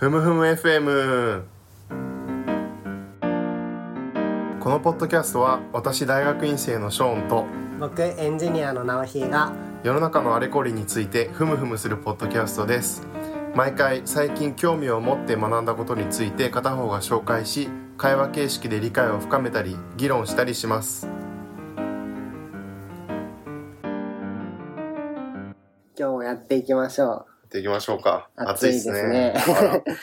ふむふむ FM。 このポッドキャストは私大学院生のショーンと僕エンジニアの直ひが世の中のあれこれについてふむふむするポッドキャストです。毎回最近興味を持って学んだことについて片方が紹介し、会話形式で理解を深めたり議論したりします。 今日もやっていきましょう。 やっていきましょうか。 暑いですね。 暑いですね。あら、かぶった。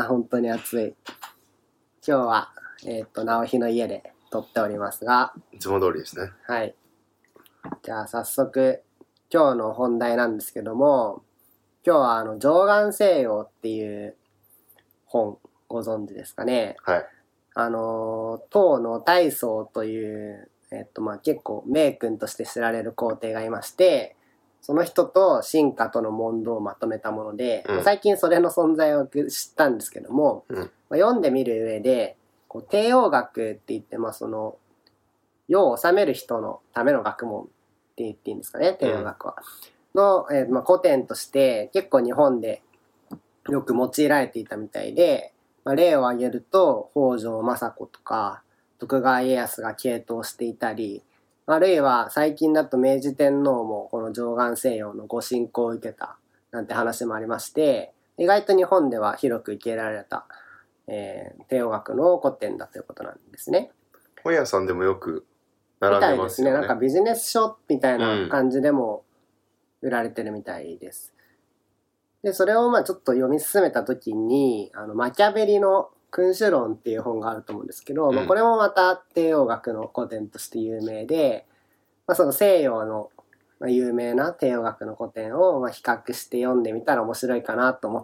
本当に暑い。今日は直ひの家で撮っておりますが、 いつも通りですね。 はい。じゃあ早速今日の本題なんですけども、今日は上岸西洋っていう本ご存知ですかね。 はい。 唐の大宗という結構名君として知られる皇帝がいまして、その人と臣下との問答をまとめたもので、最近それの存在を知ったんですけども、読んでみる上で帝王学って言って、その世を治める人のための学問って言っていいんですかね、帝王学は。の、古典として結構日本でよく用いられていたみたいで、例を挙げると北条政子とか徳川家康が傾倒していたり、あるいは最近だと明治天皇もこの上岸西洋のご信仰を受けたなんて話もありまして、意外と日本では広く受け入れられた、帝王学の古典だということなんですね。 本屋さんでもよく並んでますよね。みたいですね。 なんかビジネス書みたいな感じでも売られてるみたいです。で、それをちょっと読み進めたときに、マキャベリの君主論っていう本があると思うんですけど、これもまた帝王学の古典として有名で、その西洋の有名な帝王学の古典を比較して読んでみたら面白いかなと思って、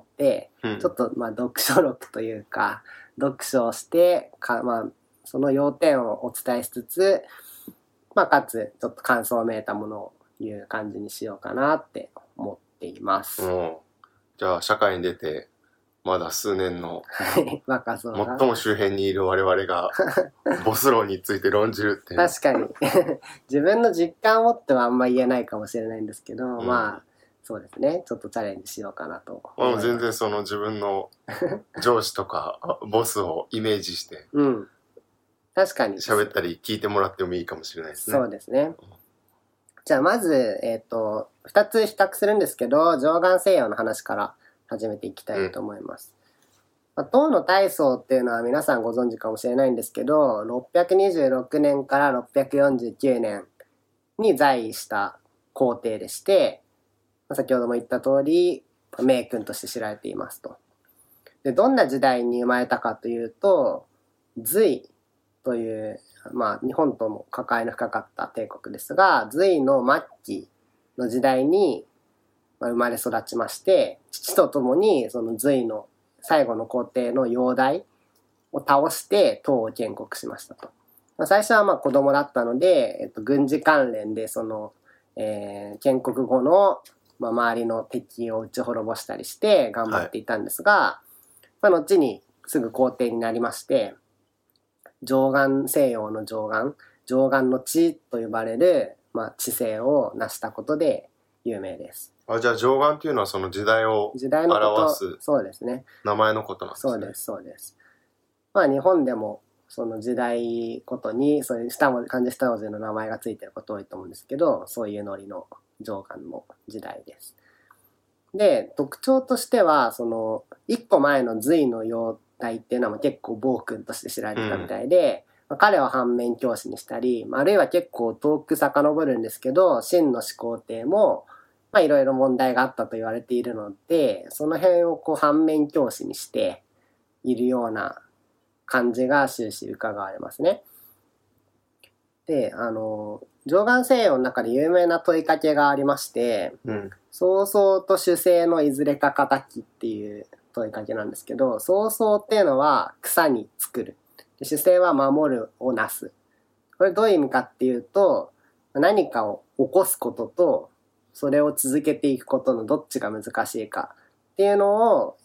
ちょっと読書録というか、読書をしてその要点をお伝えしつつ、かつちょっと感想をめいたものを言う感じにしようかなって思っています。 じゃあ社会に出てまだ数年の若そうな最も周辺にいる我々がボス論について論じるって確かに自分の実感を持ってはあんま言えないかもしれないんですけど、そうですね、ちょっとチャレンジしようかなと思います。 全然その自分の上司とかボスをイメージして確かに喋ったり聞いてもらってもいいかもしれないですね。 そうですね。じゃあまず、2つ比較するんですけど、上岸西洋の話から始めていきたいと思います。唐の大宗っていうのは皆さんご存知かもしれないんですけど、626年から649年に在位した皇帝でして、先ほども言った通り、名君として知られていますと。で、どんな時代に生まれたかというと、隋という日本とも関わりの深かった帝国ですが、隋の末期の時代に生まれ育ちまして、父と共にその隋の最後の皇帝の煬帝を倒して唐を建国しましたと。最初は子供だったので、軍事関連でその、建国後の、周りの敵を打ち滅ぼしたりして頑張っていたんですが、後にすぐ皇帝になりまして、上岸西洋の上岸の地と呼ばれる、治世を成したことで有名です。 じゃあ上岸っていうのはその時代を表すそうですね、 名前のことなんですね。 そうです。日本でもその時代ごとにそういう漢字二文字の名前がついてること多いと思うんですけど、そういうノリの上岸の時代です。で、特徴としてはその一個前の隋の煬帝っていうのは結構暴君として知られてたみたいで、彼を反面教師にしたり、あるいは結構遠く遡るんですけど、秦の始皇帝もいろいろ問題があったと言われているので、その辺を反面教師にしているような感じが終始伺われますね。で、上岸西洋の中で有名な問いかけがありまして、曹操と主政のいずれか敵っていう問いかけなんですけど、曹操っていうのは草に作る。主政は守るをなす。これどういう意味かっていうと、何かを起こすことと、それを続けていくことのどっちが難しいかっていうのを、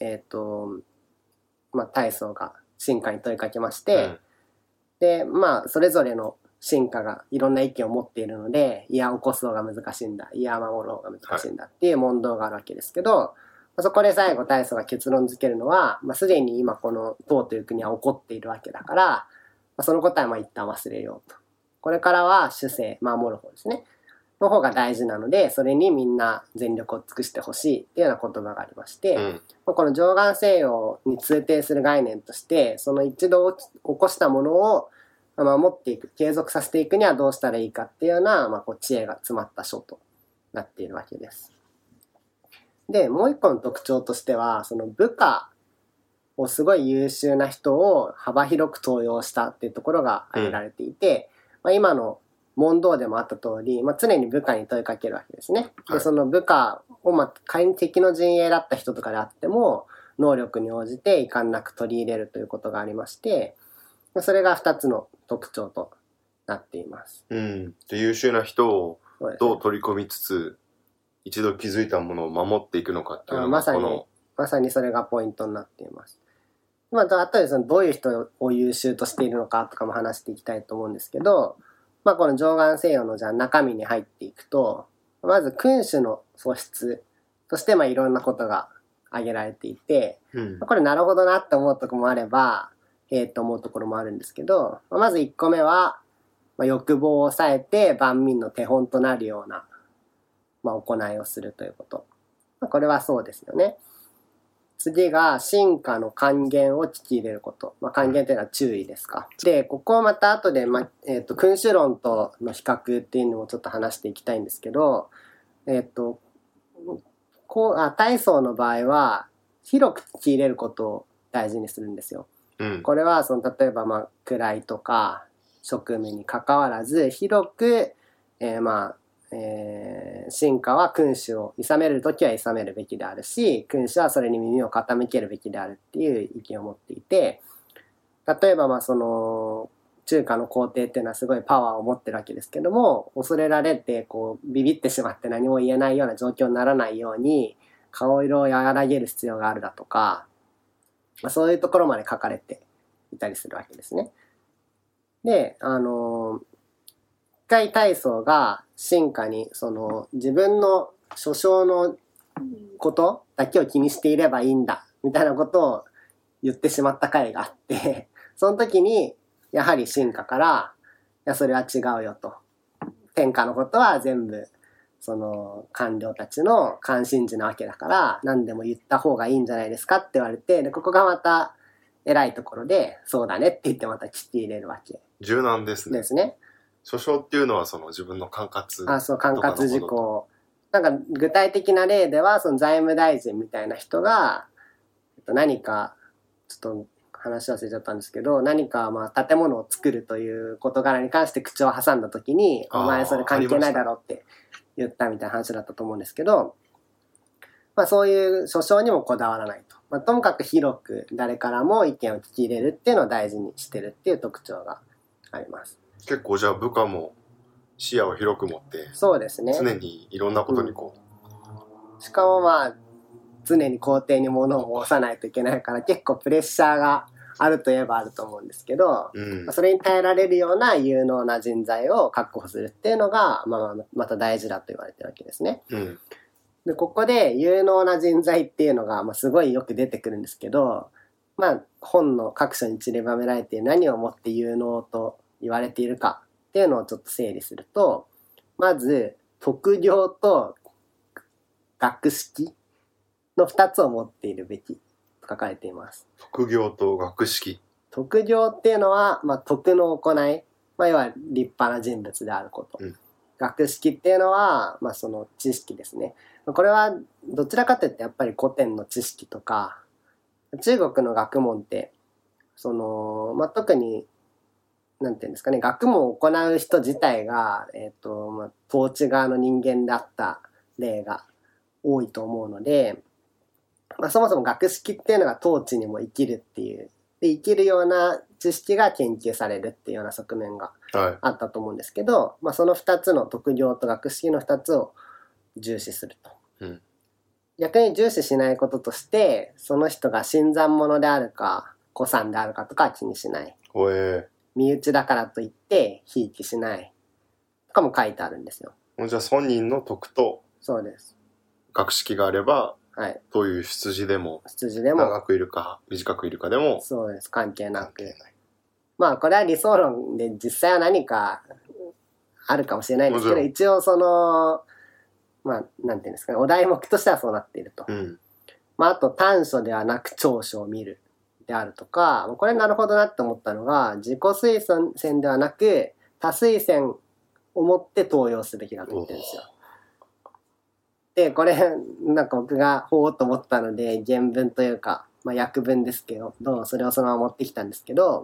大宗が臣下に問いかけまして、で、それぞれの臣下がいろんな意見を持っているので、いや起こす方が難しいんだ、いや守る方が難しいんだっていう問答があるわけですけど、 そこで最後大祖が結論付けるのは、すでに今この唐という国は起こっているわけだから、そのことは一旦忘れようと。これからは主政、守る方ですね。の方が大事なので、それにみんな全力を尽くしてほしいっていうような言葉がありまして、この上岸西洋に通底する概念として、その一度起こしたものを守っていく、継続させていくにはどうしたらいいかっていうような、知恵が詰まった書となっているわけです。で、もう一個の特徴としては、その部下をすごい優秀な人を幅広く登用したっていうところが挙げられていて、今の問答でもあった通り、常に部下に問いかけるわけですね。で、その部下を、仮に敵の陣営だった人とかであっても、能力に応じて遺憾なく取り入れるということがありまして、それが2つの特徴となっています。 で、優秀な人をどう取り込みつつ、一度築いたものを守っていくのかっていうのがまさにそれがポイントになっています。あとでどういう人を優秀としているのかとかも話していきたいと思うんですけど、この上岸西洋の中身に入っていくと、まず君主の素質としていろんなことが挙げられていて、これなるほどなって思うところもあれば、と思うところもあるんですけど、まず1個目は、欲望を抑えて万民の手本となるような、行いをするということ。これはそうですよね。次が臣下の還元を聞き入れること。還元というのは注意ですか。で、ここをまた後で、君主論との比較っていうのもちょっと話していきたいんですけど、大宗の場合は広く聞き入れることを大事にするんですよ。これは例えば位とか職務に関わらず広く、臣下は君主を諌めるときは諌めるべきであるし、君主はそれに耳を傾けるべきであるっていう意見を持っていて、例えば中華の皇帝っていうのはすごいパワーを持ってるわけですけども、恐れられてビビってしまって何も言えないような状況にならないように顔色を和らげる必要があるだとか、そういうところまで書かれていたりするわけですね。で、一回大宗が臣下に自分の所掌のことだけを気にしていればいいんだみたいなことを言ってしまった回があって、その時にやはり臣下からいやそれは違うよと、天下のことは全部官僚たちの関心事なわけだから何でも言った方がいいんじゃないですかって言われて、でここがまた偉いところでそうだねって言ってまた聞き入れるわけ柔軟ですね。所掌っていうのは自分の管轄管轄事項。具体的な例では財務大臣みたいな人が何かちょっと話忘れちゃったんですけど、何か建物を作るという事柄に関して口を挟んだ時にお前それ関係ないだろうって言ったみたいな話だったと思うんですけど、そういう所掌にもこだわらないと。ともかく広く誰からも意見を聞き入れるっていうのを大事にしてるっていう特徴があります。 結構じゃあ部下も視野を広く持って、 そうですね。 常にいろんなことにしかも常に皇帝に物を申さないといけないから結構プレッシャーがあるといえばあると思うんですけど、それに耐えられるような有能な人材を確保するっていうのが、また大事だと言われてるわけですね。でここで有能な人材っていうのが、すごいよく出てくるんですけど、本の各所に散りばめられて何をもって有能と言われているかっていうのをちょっと整理すると、まず特業と学識の2つを持っているべきと書かれています。 特業と学識。 特業っていうのは、徳の行い、要は立派な人物であること。学識っていうのは、その知識ですね。これはどちらかというとやっぱり古典の知識とか、中国の学問って特になんていうんですかね、学問を行う人自体が統治側の人間であった例が多いと思うので、そもそも学識っていうのが統治にも生きるっていう、で生きるような知識が研究されるっていうような側面があったと思うんですけど、その2つの特業と学識の2つを重視すると。逆に重視しないこととして、その人が新参者であるか古参であるかとかは気にしない。身内だからといってひいきしないとかも書いてあるんですよ。 じゃあ本人の徳とそうです学識があればはい。 どういう出自でも、 羊でも、 長くいるか短くいるかでも、 そうです。関係なく。 関係ない。 まあ、これは理想論で実際は何かあるかもしれないですけど、 もち一応その、まあ、なんていうんですかね、お題目としてはそうなっていると。 うん。 まあ、あと短所ではなく長所を見るであるとか、これなるほどなって思ったのが、自己推薦ではなく、他推薦を持って登用すべきだと言ってるんですよ。で、これ、なんか僕がほーっと思ったので、原文というか、まあ、訳文ですけど、それをそのまま持ってきたんですけど、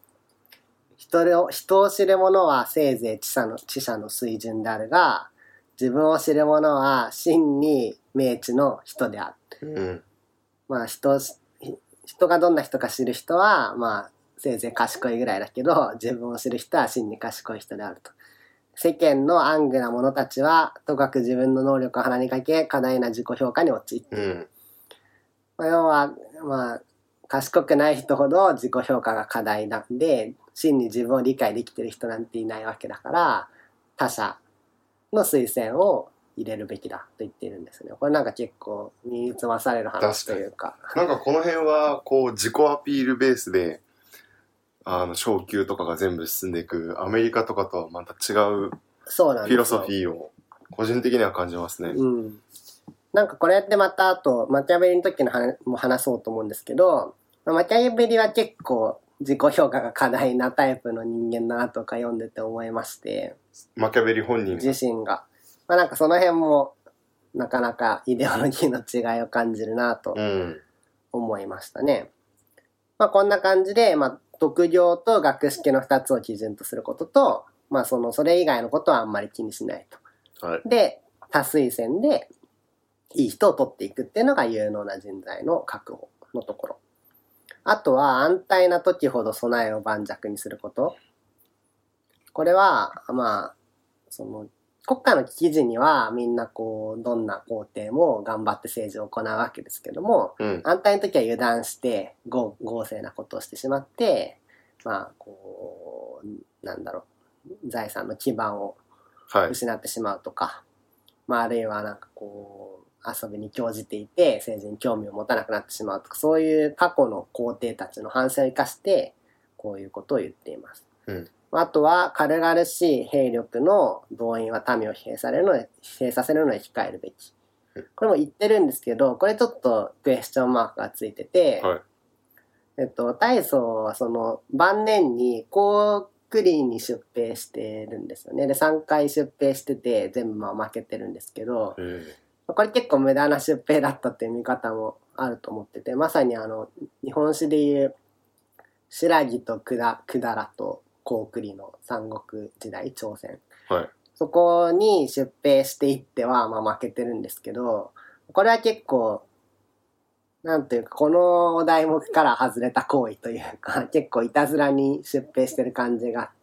人を知る者はせいぜい知者の水準であるが、自分を知る者は真に明知の人である。 うん。 まあ人がどんな人か知る人は、まあせいぜい賢いぐらいだけど、自分を知る人は真に賢い人であると。世間の暗愚な者たちは、とかく自分の能力を鼻にかけ、過大な自己評価に陥っている。 うん。 まあ、要は、まあ、賢くない人ほど自己評価が過大なんで、真に自分を理解できてる人なんていないわけだから、他者の推薦を入れるべきだと言っているんですね。これなんか結構身につまされる話というか。 なんかこの辺は、こう、自己アピールベースで、昇給とかが全部進んでいく、アメリカとかとはまた違うフそうなんですよ。 ィロソフィーを、個人的には感じますね。 うん。なんかこれってまたあと、マキャベリの時のも話そうと思うんですけど、マキャベリは結構自己評価が過大なタイプの人間だなとか読んでて思いまして、 マキャベリ本人が。 自身が。まあなんかその辺もなかなかイデオロギーの違いを感じるなと思いましたね。まあこんな感じで、まあ独業と学識の2つを基準とすることと、まあそれ以外のことはあんまり気にしないと。 はい。 で、多推薦でいい人を取っていくっていうのが有能な人材の確保のところ。あとは安泰な時ほど備えを盤石にすること。これは、まあ、その、国家の危機時にはみんなこう、どんな皇帝も頑張って政治を行うわけですけども、 うん。 安泰の時は油断して豪勢なことをしてしまって、まあ、こう、なんだろう、財産の基盤をはい。 失ってしまうとか、まあ、あるいはなんかこう、遊びに興じていて政治に興味を持たなくなってしまうとか、そういう過去の皇帝たちの反省を生かしてこういうことを言っています。 うん。 あとは軽々しい兵力の動員は民を疲弊させるのを控えるべき。これも言ってるんですけど、これちょっとクエスチョンマークがついてて、 はい。 大宋はその晩年に高句麗に出兵してるんですよね。で3回出兵してて全部まあ負けてるんですけど、これ結構無駄な出兵だったっていう見方もあると思ってて、まさに日本史でいう新羅と百済と高句麗の三国時代朝鮮、 はい。 そこに出兵していってはまあ負けてるんですけど、これは結構なんというかこのお題目から外れた行為というか、結構いたずらに出兵してる感じがあって、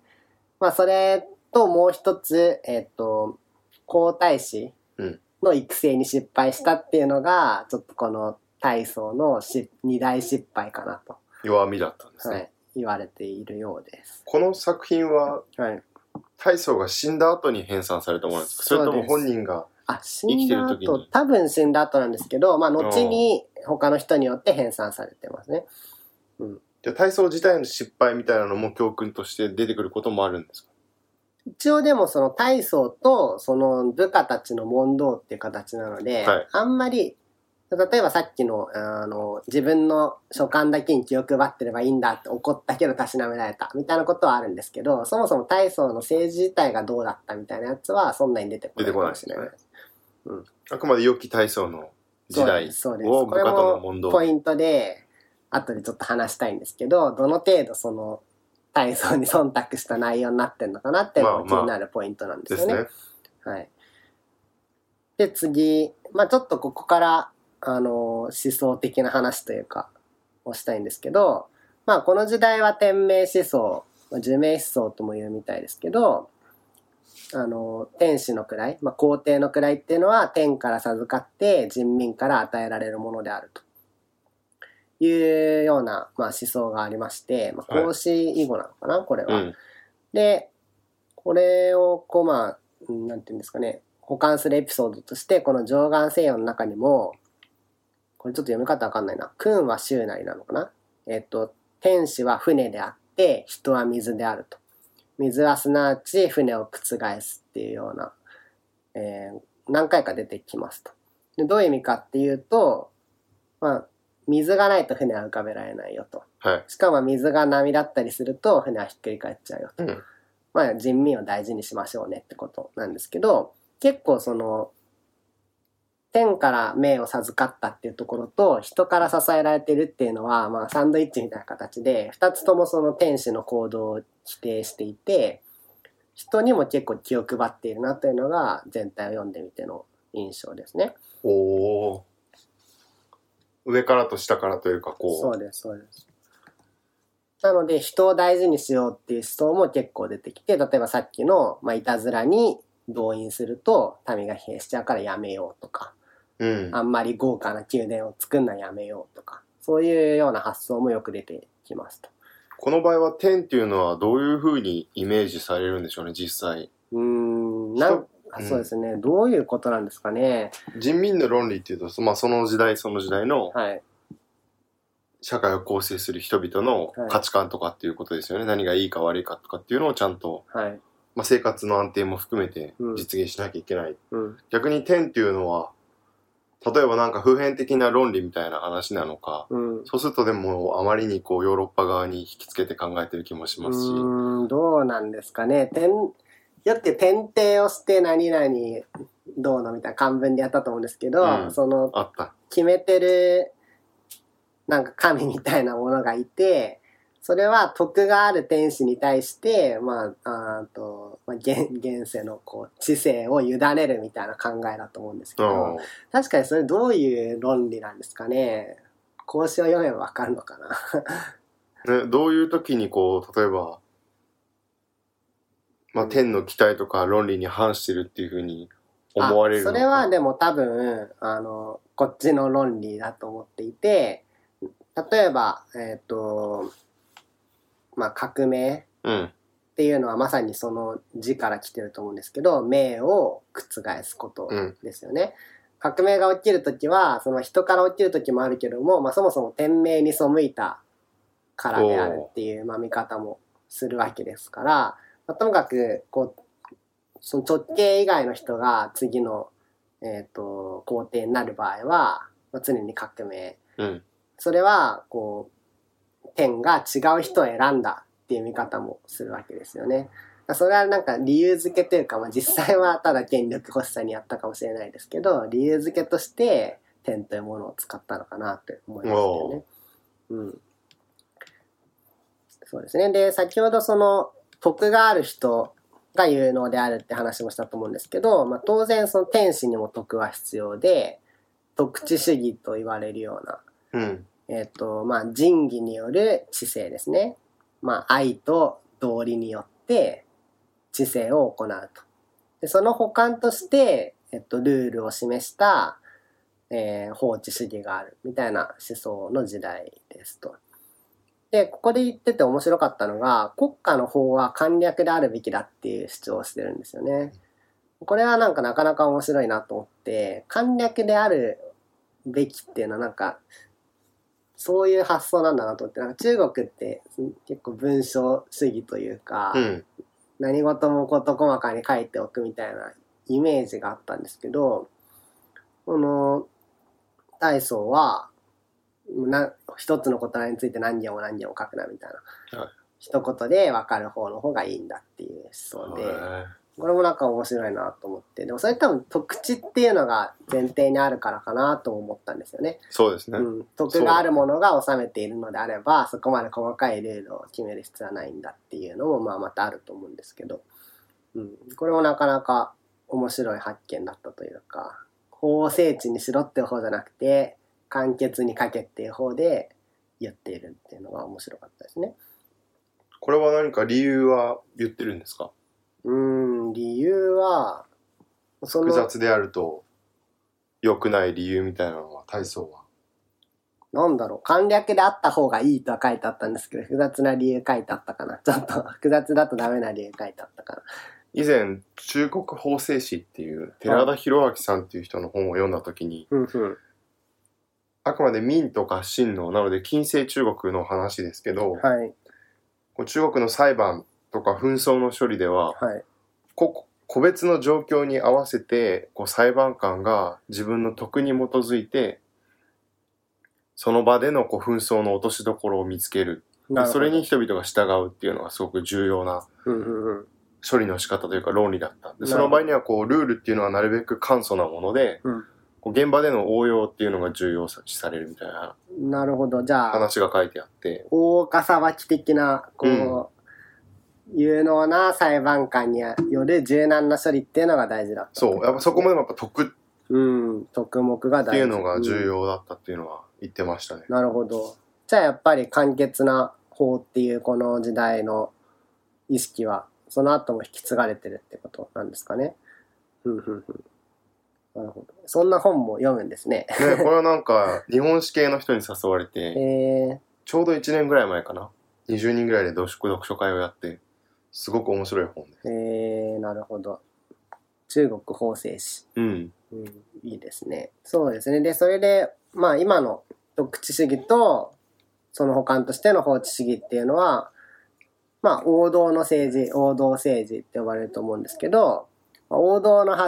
まあそれともう一つ皇太子の育成に失敗したっていうのがちょっとこの大宋の二大失敗かなと、 弱みだったんですね。 はい、言われているようです。 この作品は、 はい、 大宋が死んだ後に編纂されたものなんですか？それとも本人が死生きんだてる時に？ 後、多分死んだ後なんですけど、まあ後に他の人によって編纂されてますね。うん。 じゃあ大宋自体の失敗みたいなのも教訓として出てくることもあるんですか？ 一応でもその大宋とその部下たちの問答っていう形なので、 はい、 あんまり例えばさっきの自分の書簡だけに気を配ってればいいんだって怒ったけどたしなめられたみたいなことはあるんですけど、そもそも大宋の政治自体がどうだったみたいなやつはそんなに出てこないかもしれないです。うん、 あくまで良き大宋の時代を部下との問答。 これもポイントで後でちょっと話したいんですけど、どの程度その大宋に忖度した内容になってんのかなっていうのが気になるポイントなんですよね。 ですね。 はい。で次、まあちょっとここから思想的な話というかをしたいんですけど、まあこの時代は天命思想、寿命思想とも言うみたいですけど、天子の位、まあ、皇帝の位っていうのは天から授かって人民から与えられるものであるというような、まあ、思想がありまして、まあ、孔子以後なのかな、これは。 うん、 で、これをまあ、なんていうんですかね、補完するエピソードとして、この上岸西洋の中にも、 これちょっと読み方わかんないな。君は周内なのかな。天使は船であって、人は水であると。水はすなわち船を覆すっていうような、何回か出てきますと。でどういう意味かっていうと、まあ、水がないと船は浮かべられないよと。 はい。 しかも水が波だったりすると船はひっくり返っちゃうよと。 うん。 まあ人民を大事にしましょうねってことなんですけど、結構その、天から命を授かったっていうところと人から支えられてるっていうのは、まあサンドイッチみたいな形で、二つともその天使の行動を否定していて、人にも結構気を配っているなというのが全体を読んでみての印象ですね。 おー。上からと下からというかこう。 そうです、そうです。なので人を大事にしようっていう思想も結構出てきて、例えばさっきの、いたずらに動員すると民が疲弊しちゃうからやめようとか、あんまり豪華な宮殿を作るのはやめようとか、そういうような発想もよく出てきますと。 この場合は天っていうのはどういうふうにイメージされるんでしょうね、実際。 そうですね、どういうことなんですかね。 人民の論理っていうと、その時代その時代の社会を構成する人々の価値観とかっていうことですよね。何がいいか悪いかとかっていうのをちゃんと、生活の安定も含めて実現しなきゃいけない。逆に天っていうのは、例えばなんか普遍的な論理みたいな話なのか、そうするとでもあまりにこうヨーロッパ側に引きつけて考えてる気もしますし。 どうなんですかね。よって天帝をして何々どうのみたいな漢文でやったと思うんですけど、その決めてるなんか神みたいなものがいて、それは徳がある天使に対して、現世のこう知性を委ねるみたいな考えだと思うんですけど、確かにそれどういう論理なんですかね。孔子を読めばわかるのかな。どういう時にこう、例えば、天の期待とか論理に反してるっていうふうに思われるのか。 それはでも多分、こっちの論理だと思っていて、例えば、革命っていうのはまさにその字から来てると思うんですけど、命を覆すことですよね。革命が起きるときは、その人から起きるときもあるけども、そもそも天命に背いたからであるっていう、見方もするわけですから、ともかくこうその直系以外の人が次の、皇帝になる場合は、常に革命。それはこう天が違う人を選んだっていう見方もするわけですよね。それはなんか理由付けというか、実際はただ権力欲しさにやったかもしれないですけど、理由付けとして天というものを使ったのかなと思いますけどね。そうですね。で、先ほどその徳がある人が有能であるって話もしたと思うんですけど、当然その天使にも徳は必要で、徳知主義と言われるような、仁義による知性ですね。愛と道理によって知性を行うと。でその補完として、ルールを示した、法治主義があるみたいな思想の時代ですと。で、ここで言ってて面白かったのが、国家の法は簡略であるべきだっていう主張をしてるんですよね。これはなかなか面白いなと思って、簡略であるべきっていうのはそういう発想なんだなと思って、中国って結構文章主義というか、何事も事細かに書いておくみたいなイメージがあったんですけど、この大宗は一つの言葉について何行も何行も書くなみたいな、一言で分かる方の方がいいんだっていう思想で、これも面白いなと思って、でもそれ多分徳知っていうのが前提にあるからかなと思ったんですよね。 そうですね。 徳があるものが収めているのであれば、そこまで細かいルールを決める必要はないんだっていうのもまたあると思うんですけど、これもなかなか面白い発見だったというか、法を聖地にしろっていう方じゃなくて、簡潔に書けっていう方で言っているっていうのが面白かったですね。 これは何か理由は言ってるんですか？ 理由は複雑であると良くない理由みたいなのは大宗は簡略であった方がいいとは書いてあったんですけど、複雑な理由書いてあったかな。ちょっと複雑だとダメな理由書いてあったかな。 以前中国法制史っていう寺田博明さんっていう人の本を読んだ時に、 あくまで民とか親王なので近世中国の話ですけど、 はい。 こう中国の裁判とか紛争の処理では、 はい。 個別の状況に合わせてこう裁判官が自分の徳に基づいてその場でのこう紛争の落としどころを見つける。でそれに人々が従うっていうのがすごく重要な処理の仕方というか論理だった。でその場合にはこうルールっていうのはなるべく簡素なもので、こう現場での応用っていうのが重要視されるみたいななるほど。じゃあ、 話が書いてあって、 大岡裁き的な、こう、有能な裁判官による柔軟な処理っていうのが大事だった。 そう、やっぱそこもやっぱ徳目が大事っていうのが重要だったっていうのは言ってましたね。 なるほど。じゃあやっぱり簡潔な法っていうこの時代の意識はその後も引き継がれてるってことなんですかね。なるほど。そんな本も読むんですね。 ね、これはなんか日本史系の人に誘われて、ちょうど1年ぐらい前かな。20人ぐらいで読書会をやって、すごく面白い本です。 なるほど。中国法制史。いいですね。そうですね。で、それで、まあ今の独知主義と、その補完としての法治主義っていうのは、まあ王道の政治、王道政治って呼ばれると思うんですけど、王道の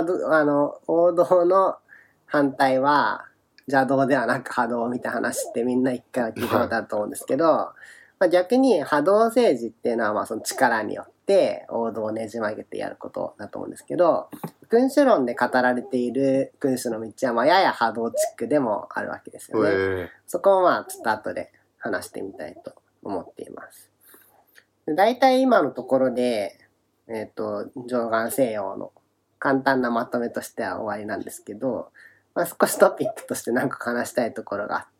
反対は邪道ではなく波動みたいな話ってみんな一回は聞いたことあると思うんですけど、まあ、逆に波動政治っていうのはまあその力によって王道をねじ曲げてやることだと思うんですけど、君主論で語られている君主の道はまあやや波動チックでもあるわけですよね。そこをまあちょっと後で話してみたいと思っています。だいたい今のところで、上岸西洋の簡単なまとめとしては終わりなんですけど、まあ、少しトピックとして何か話したいところがあって、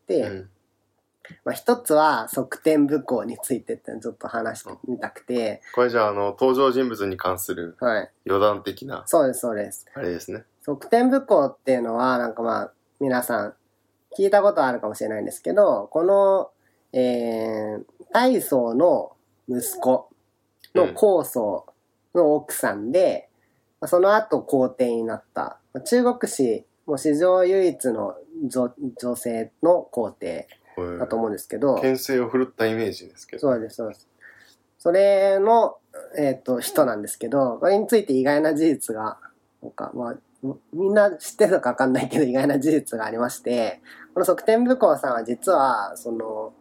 まあ、一つは側転武功についてってちょっと話してみたくて、 これじゃあ登場人物に関する余談的な、 そうですそうです。 あれですね。 側転武功っていうのはなんかまあ皆さん聞いたことあるかもしれないんですけど、この、大宗の息子の高宗の奥さんで、その後皇帝になった中国史も史上唯一の女性の皇帝だと思うんですけど、 権勢を振るったイメージですけど、 そうですそうです。それの、人なんですけど、これについて意外な事実がなんか、まあ、みんな知ってるのか分かんないけど意外な事実がありまして、この側転武功さんは実はその、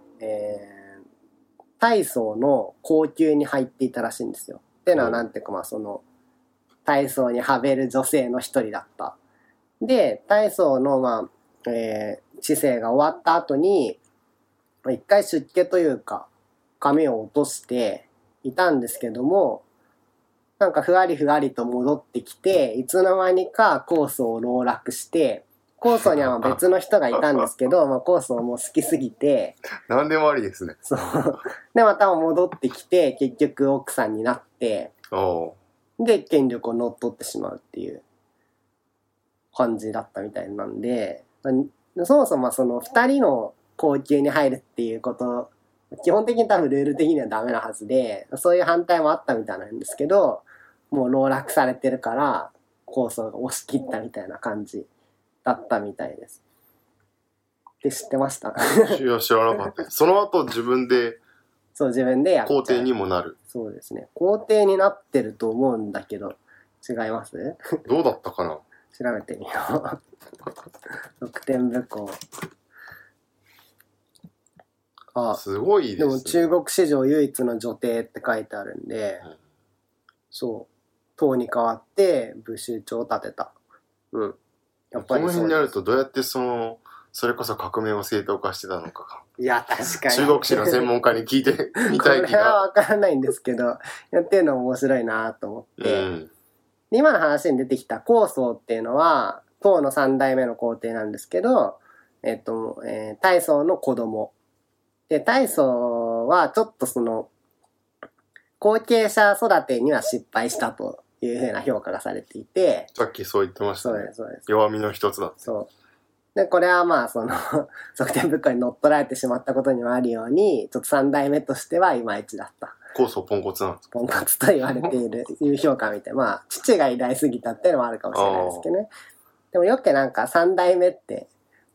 大宗の後宮に入っていたらしいんですよ。っていうのはなんていうかまあその大宗にはべる女性の一人だった。で、大宗のまあ、治世が終わった後に一回出家というか髪を落としていたんですけども、なんかふわりふわりと戻ってきて、いつの間にか高宗を籠絡して、高宗には別の人がいたんですけど、まあ高宗も好きすぎて、 何でもありですね。 そう。で、また戻ってきて、結局奥さんになって、で、権力を乗っ取ってしまうっていう感じだったみたいなんで、そもそもその二人の後宮に入るっていうこと、基本的に多分ルール的にはダメなはずで、そういう反対もあったみたいなんですけど、もう籠絡されてるから、高宗が押し切ったみたいな感じだったみたいです。って知ってました？ いや、知らなかった。その後自分で、 そう、自分でやっちゃう。 皇帝にもなる。 そうですね。皇帝になってると思うんだけど、違います？ どうだったかな？ 調べてみよう。側転武功。 すごいですね。 でも中国史上唯一の女帝って書いてあるんで、そう。唐に代わって武州朝を建てた。 やっぱりこの辺にあるとどうやってそれこそ革命を正当化してたのかが。 いや、確かに。 中国史の専門家に聞いてみたい気が。 これはわからないんですけど、やってるの面白いなと思って。で今の話に出てきた高宗っていうのは、唐の3代目の皇帝なんですけど、大宗の子供。で、大宗はちょっとその、後継者育てには失敗したというふうな評価がされていて。 さっきそう言ってましたね。 そうです、そうです。 弱みの一つだって。 そう。で、これはまあその、側転武功に乗っ取られてしまったことにもあるように、ちょっと3代目としてはいまいちだった。 高宗ポンコツなんですか？ ポンコツと言われている、いう評価みたい。まあ、父が偉大すぎたっていうのもあるかもしれないですけどね。でもよくなんか3代目って、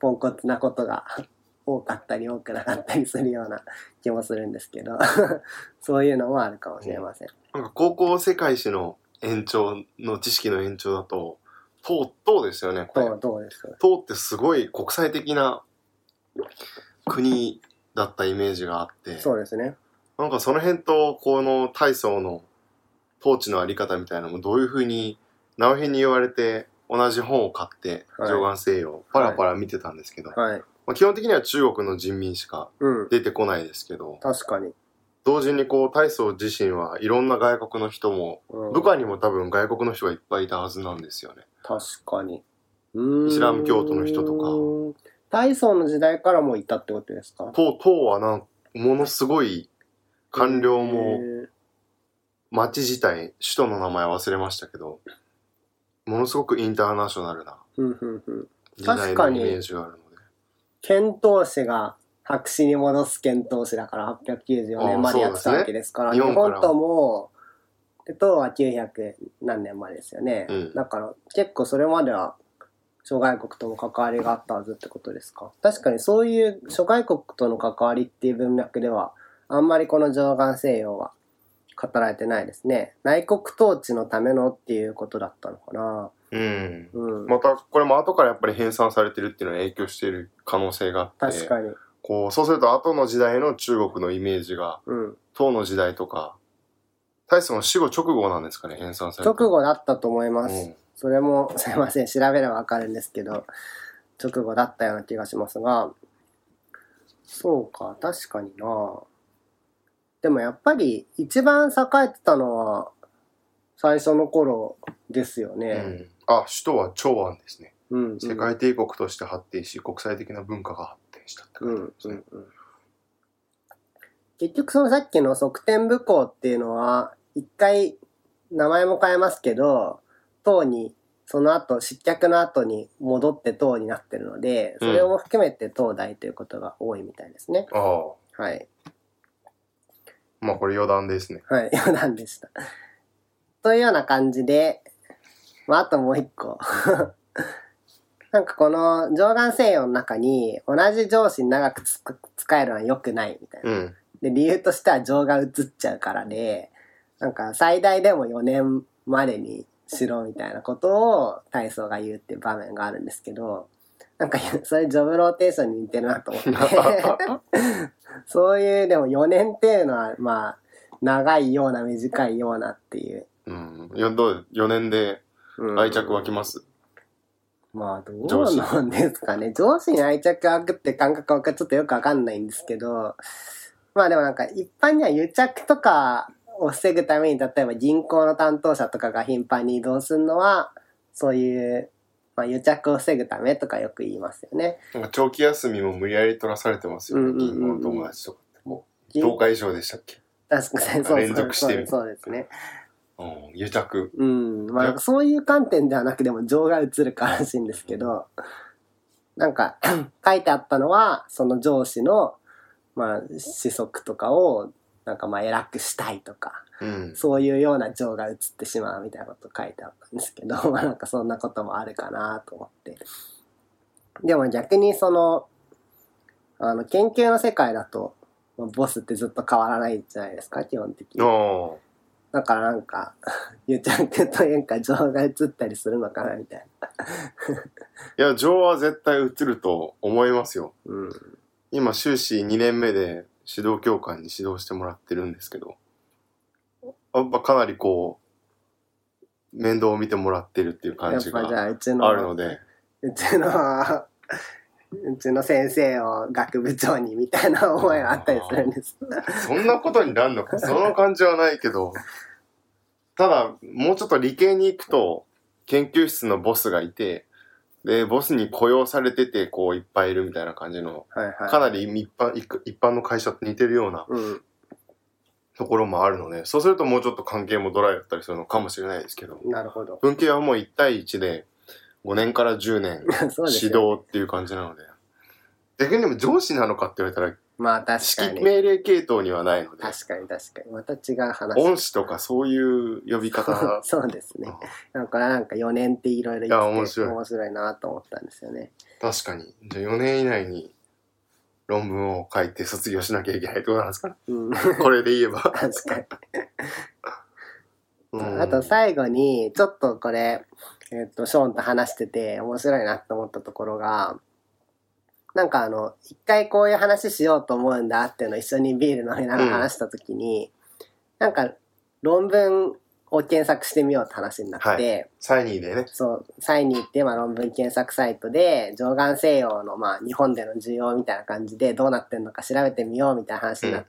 ポンコツなことが多かったり多くなかったりするような気もするんですけどそういうのもあるかもしれません。 なんか高校世界史の延長の知識の延長だと唐ですよね。これどうですか。 唐ってすごい国際的な国だったイメージがあって、 そうですね。 なんかその辺とこの大宋の統治のあり方みたいなのもどういうふうに直辺に言われて同じ本を買って上岸西洋パラパラ見てたんですけど、 はい。 まあ、基本的には中国の人民しか出てこないですけど、 確かに。 同時にこう大宋自身はいろんな外国の人も、部下にも多分外国の人がいっぱいいたはずなんですよね。 確かに。 イスラム教徒の人とか。 大宋の時代からもいたってことですか。 唐はものすごい官僚も町自体首都の名前忘れましたけど、ものすごくインターナショナルな時代のイメージがあるので。 遣唐使が白紙に戻す遣唐使だから894年までやってたわけですから、日本とも唐は900何年までですよね、だから結構それまでは諸外国とも関わりがあったはずってことですか。確かにそういう諸外国との関わりっていう文脈ではあんまりこの上岸西洋は語られてないですね。内国統治のためのっていうことだったのかな。 またこれも後からやっぱり編纂されてるっていうのは影響している可能性があって、 確かにそうすると後の時代の中国のイメージが、唐の時代とか大宋の死後直後なんですかね、編纂された。 直後だったと思います、それもすいません調べればわかるんですけど直後だったような気がしますが、そうか確かにな。でもやっぱり一番栄えてたのは最初の頃ですよね。 首都は長安ですね。世界帝国として発展し国際的な文化が発展したって感じですね。 結局そのさっきの側天武功っていうのは一回名前も変えますけど唐にその後失脚の後に戻って唐になってるので、それも含めて唐代ということが多いみたいですね。はい。 まあこれ余談ですね。 はい、余談でした。というような感じで、あともう一個なんかこの上岸西洋の中に同じ上司に長く使えるのは良くないみたいな、で理由としては情が移っちゃうからで、なんか最大でも4年までにしろみたいなことを大宋が言うっていう場面があるんですけど、なんかそれジョブローテーションに似てるなと思ってそういうでも4年っていうのはまあ長いような短いようなっていう、 4年で愛着湧きます、 まあどうなんですかね。上司に愛着湧くって感覚はちょっとよくわかんないんですけど、まあでもなんか一般には癒着とかを防ぐために例えば銀行の担当者とかが頻繁に移動するのはそういう、癒着を防ぐためとかよく言いますよね。 なんか長期休みも無理やり取らされてますよね、銀行の友達とかって。もう10日以上でしたっけ。 確かに連続してる。 そうですね。 癒着。 そういう観点ではなくでも情が移るからしいんですけど、なんか書いてあったのはその上司の子息とかをなんか偉くしたいとか、そういうような情が移ってしまうみたいなこと書いてあったんですけどなんかそんなこともあるかなと思って。でも逆にその研究の世界だとボスってずっと変わらないじゃないですか基本的に。だからなんか癒着というか情が移ったりするのかなみたいな。 いや情は絶対移ると思いますよ。今修士2年目で指導教官に指導してもらってるんですけど、やっぱかなりこう面倒を見てもらってるっていう感じがあるので、 うちの先生を学部長にみたいな思いがあったりするんです。 そんなことになるのかその感じはないけど、ただもうちょっと理系に行くと研究室のボスがいて、でボスに雇用されててこういっぱいいるみたいな感じの、かなり一般の会社と似てるような、ところもあるので、そうするともうちょっと関係もドライだったりするのかもしれないですけど、 なるほど。 文系はもう1対1で5年から10年指導っていう感じなので、逆にでも上司なのかって言われたら確かに指揮命令系統にはないので、 確かにまた違う話。 恩師とかそういう呼び方そうですね。なんか4年っていろいろ言って面白いなと思ったんですよね。 確かに。じゃあ4年以内に論文を書いて卒業しなきゃいけないってことなんですか、 うん、 これで言えば。 確かに。あと最後に、ちょっとこれ、ショーンと話してて面白いなって思ったところが、なんか一回こういう話しようと思うんだっていうのを一緒にビール飲みながら話したときに、なんか論文を検索してみようって話になって、はい、 サイニーでね。 そう、サイニーっていう論文検索サイトで、上岸西洋の日本での需要みたいな感じでどうなってんのか調べてみようみたいな話になって、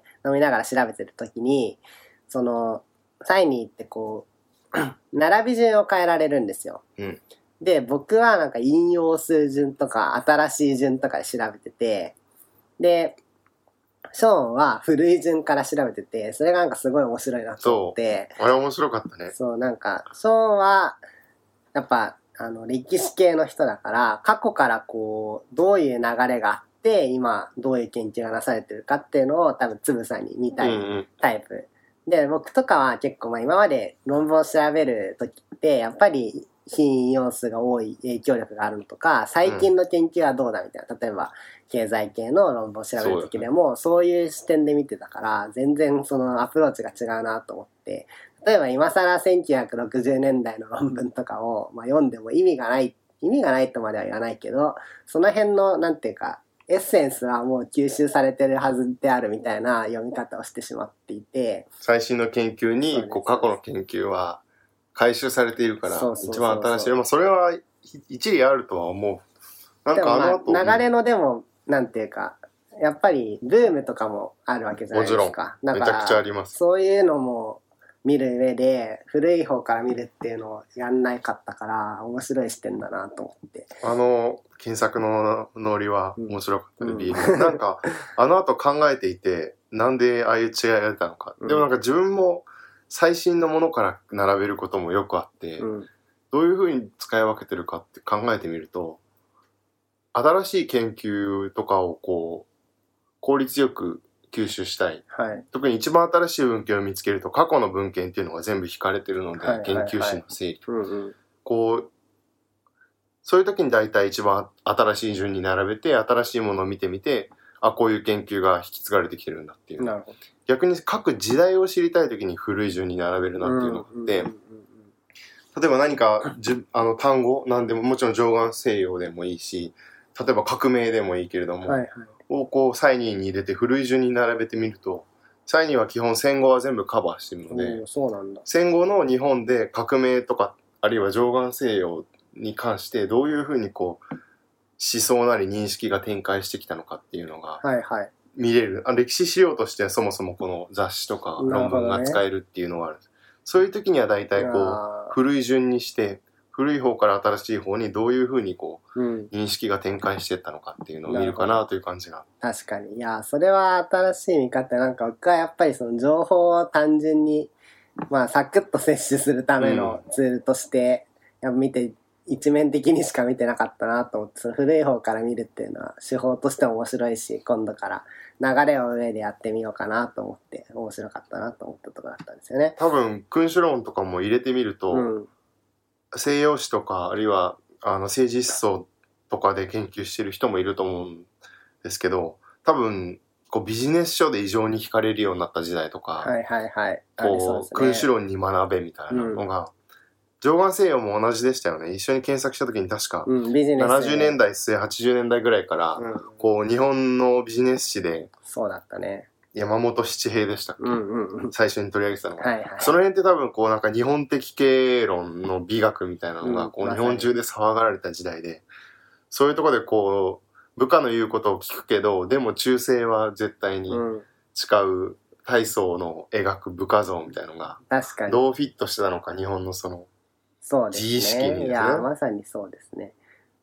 飲みながら調べてるときに、サイニーってこう、並び順を変えられるんですよ。で、僕はなんか引用数順とか新しい順とかで調べてて、で、ショーンは古い順から調べてて、それがなんかすごい面白いなと思って。 そう。あれ面白かったね。 そう、なんか、ショーンは、やっぱ、歴史系の人だから、過去からこう、どういう流れがあって、今、どういう研究がなされてるかっていうのを多分つぶさに見たいタイプ。で、僕とかは結構今まで論文を調べるときって、やっぱり、非引用数が多い影響力があるのとか、最近の研究はどうだみたいな、例えば経済系の論文を調べるときでも、そういう視点で見てたから、全然そのアプローチが違うなと思って、例えば今更1960年代の論文とかを、読んでも意味がないとまでは言わないけど、その辺のなんていうか、エッセンスはもう吸収されてるはずであるみたいな読み方をしてしまっていて、 最新の研究に過去の研究は回収されているから、一番新しい。それは一理あるとは思う。なんか流れのでも、なんていうか、やっぱりブームとかもあるわけじゃないですか。 もちろん。めちゃくちゃあります。 そういうのも見る上で、古い方から見るっていうのをやんなかったから、面白い視点だなと思って。 検索のノリは面白かったね、ビール。なんか、後考えていて、なんでああいう違いが出たのか。でもなんか自分も最新のものから並べることもよくあって、どういう風に使い分けてるかって考えてみると、新しい研究とかをこう、効率よく吸収したい。特に一番新しい文献を見つけると、過去の文献っていうのが全部引かれてるので、研究士の整理。こう、そういう時に大体一番新しい順に並べて、新しいものを見てみて、こういう研究が引き継がれてきてるんだっていう。逆に各時代を知りたい時に古い順に並べるなっていうのがあって、例えば何か単語、なんでももちろん上岸西洋でもいいし、例えば革命でもいいけれども、をこうサイニーに入れて古い順に並べてみると、サイニーは基本戦後は全部カバーしてるので、戦後の日本で革命とか、あるいは上岸西洋に関してどういうふうにこう思想なり認識が展開してきたのかっていうのが見れる。歴史資料としてはそもそもこの雑誌とか論文が使えるっていうのがある。そういう時には大体こう古い順にして、古い方から新しい方にどういうふうにこう、認識が展開していったのかっていうのを見るかなという感じが。 確かに。いや、それは新しい見方。なんか僕はやっぱりその情報を単純に、サクッと摂取するためのツールとして、見て、一面的にしか見てなかったなと思って、その古い方から見るっていうのは手法としても面白いし、今度から流れを上でやってみようかなと思って、面白かったなと思ったところだったんですよね。 多分、君主論とかも入れてみると、西洋史とか、あるいは政治思想とかで研究してる人もいると思うんですけど、多分、こうビジネス書で異常に惹かれるようになった時代とか、こう、君主論に学べみたいなのが、上岸西洋も同じでしたよね。一緒に検索した時に確か、70年代末、80年代ぐらいから、こう、日本のビジネス誌で、 そうだったね。 山本七平でしたっけ、最初に取り上げてたのが、その辺って多分こうなんか日本的経論の美学みたいなのがこう日本中で騒がれた時代で、そういうところでこう部下の言うことを聞くけど、でも忠誠は絶対に誓う大層の描く部下像みたいなのがどうフィットしてたのか、日本のその自意識にですね。 いやまさにそうですね。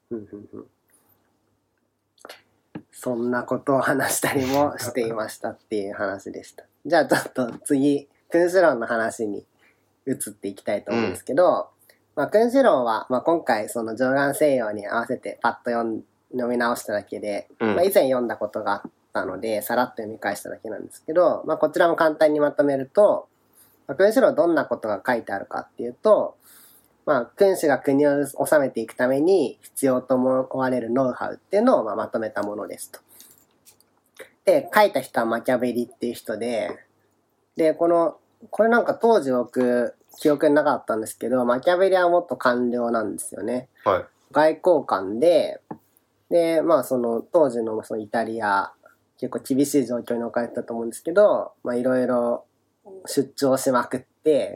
そんなことを話したりもしていましたっていう話でした。じゃあちょっと次、君主論の話に移っていきたいと思うんですけど、君主論は、今回その上岸西洋に合わせてパッと読み直しただけで、以前読んだことがあったので、さらっと読み返しただけなんですけど、こちらも簡単にまとめると、君主論どんなことが書いてあるかっていうと、 君主が国を治めていくために必要と思われるノウハウっていうのをまとめたものですと。で、書いた人はマキャベリっていう人で、これなんか当時僕、記憶になかったんですけど、マキャベリはもっと官僚なんですよね。 はい。 外交官で、その当時のそのイタリア、結構厳しい状況に置かれてたと思うんですけど、いろいろ出張しまくって、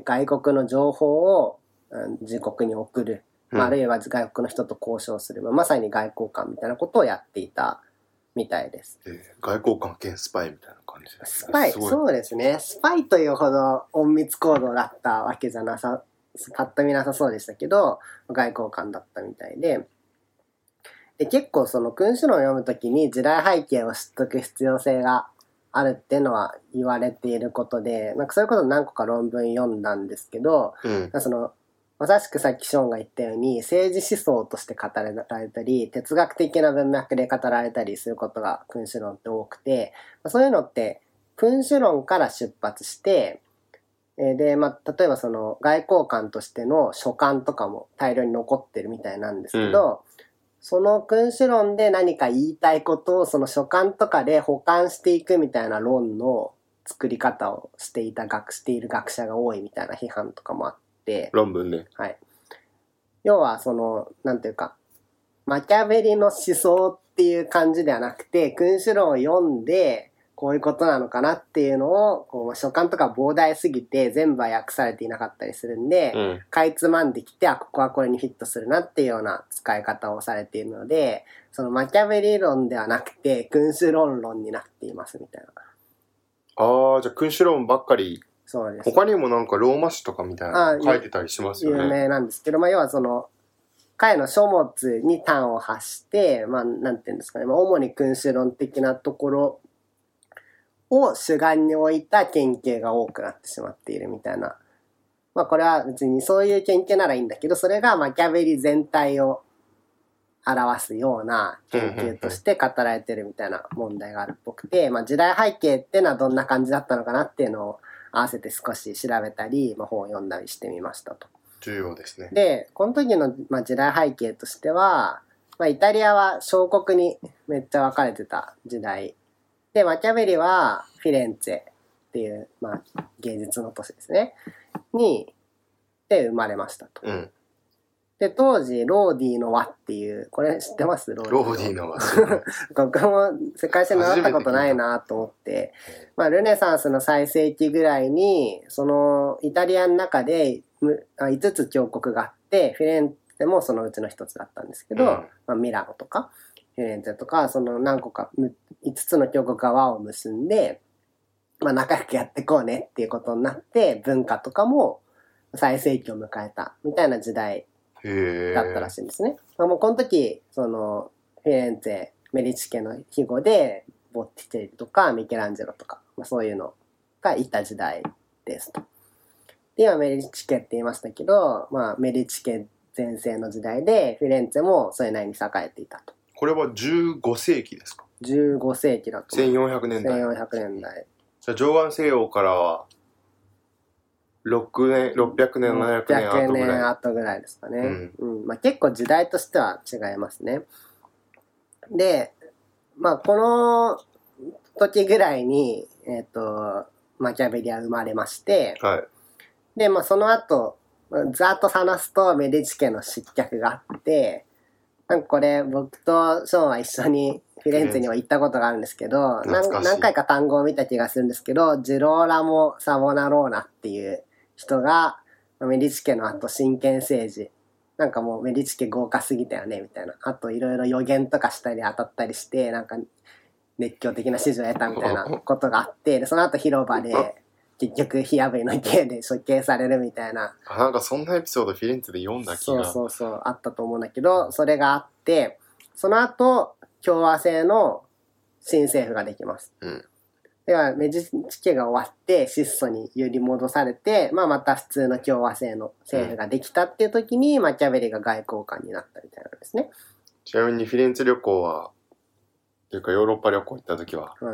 外国の情報を自国に送る、あるいは外国の人と交渉する、まさに外交官みたいなことをやっていたみたいです。 外交官兼スパイみたいな感じですね。 スパイ、そうですね。スパイというほど隠密行動だったわけじゃなさ、パッと見なさそうでしたけど、外交官だったみたいで、結構その君主論を読むときに時代背景を知っとく必要性があるっていうのは言われていることで、なんかそういうこと何個か論文読んだんですけど、まさしくさっきショーンが言ったように政治思想として語られたり、哲学的な文脈で語られたりすることが君主論って多くて、そういうのって君主論から出発して、で、例えばその外交官としての書簡とかも大量に残ってるみたいなんですけど、その君主論で何か言いたいことをその書簡とかで保管していくみたいな論の作り方をしている学者が多いみたいな批判とかもあって、 論文ね。 はい。要はその、なんていうか、マキャベリの思想っていう感じではなくて、君主論を読んで、こういうことなのかなっていうのを、書簡とか膨大すぎて全部は訳されていなかったりするんで、かいつまんできて、ここはこれにフィットするなっていうような使い方をされているので、そのマキャベリ論ではなくて、君主論になっていますみたいな。 じゃあ君主論ばっかり。 そうです。 他にもなんかローマ史とかみたいなの書いてたりしますよね。 有名なんですけど、要はその、彼の書物に端を発して、なんていうんですかね、主に君主論的なところを主眼に置いた研究が多くなってしまっているみたいな。これは別にそういう研究ならいいんだけど、それがマキャベリ全体を表すような研究として語られてるみたいな問題があるっぽくて、時代背景ってのはどんな感じだったのかなっていうのを合わせて少し調べたり、本を読んだりしてみましたと。 重要ですね。 で、この時の時代背景としては、イタリアは小国にめっちゃ分かれてた時代。で、マキャベリはフィレンツェっていう、芸術の都市ですね。で生まれましたと。で、当時、ローディの輪っていう、これ知ってます？ローディの輪。 僕も世界史習ったことないなと思って、ルネサンスの最盛期ぐらいに、そのイタリアの中で5つ教国があって、フィレンツェもそのうちの1つだったんですけど、ミラノとか、フィレンツェとか、その何個か、5つの教国が輪を結んで、仲良くやっていこうねっていうことになって、文化とかも最盛期を迎えたみたいな時代だったらしいんですね。もうこの時、そのフィレンツェ、メディチ家の庇護で、ボッティチェリとかミケランジェロとか、そういうのがいた時代ですと。で、今メディチ家って言いましたけど、メディチ家全盛の時代で、フィレンツェもそれなりに栄えていたと。 これは15世紀ですか ？15世紀だと思う。 1400年代。 1400年代。 じゃあ上岸西洋からは、600年、700年後ぐらい。 600年後ぐらいですかね。結構時代としては違いますね。で、この時ぐらいに、マキャベリは生まれまして、で、その後、ざっと話すとメディチ家の失脚があって、これ僕とショーンは一緒にフィレンツェには行ったことがあるんですけど、何回か単語を見た気がするんですけど、ジローラモ・サボナローナっていう人がメディチ家の後真剣政治、もうメディチ家豪華すぎたよねみたいな、あといろいろ予言とかしたり当たったりして、熱狂的な支持を得たみたいなことがあって、でその後広場で結局火あぶりの刑で処刑されるみたいな。 そんなエピソードフィレンツェで読んだ気が。 そうあったと思うんだけど、それがあって、その後共和制の新政府ができます。ではメディチ家が終わって質素に揺り戻されて、また普通の共和制の政府ができたっていう時に、マキャベリが外交官になったみたいなんですね。 ちなみにフィレンツェ旅行はというかヨーロッパ旅行行った時は、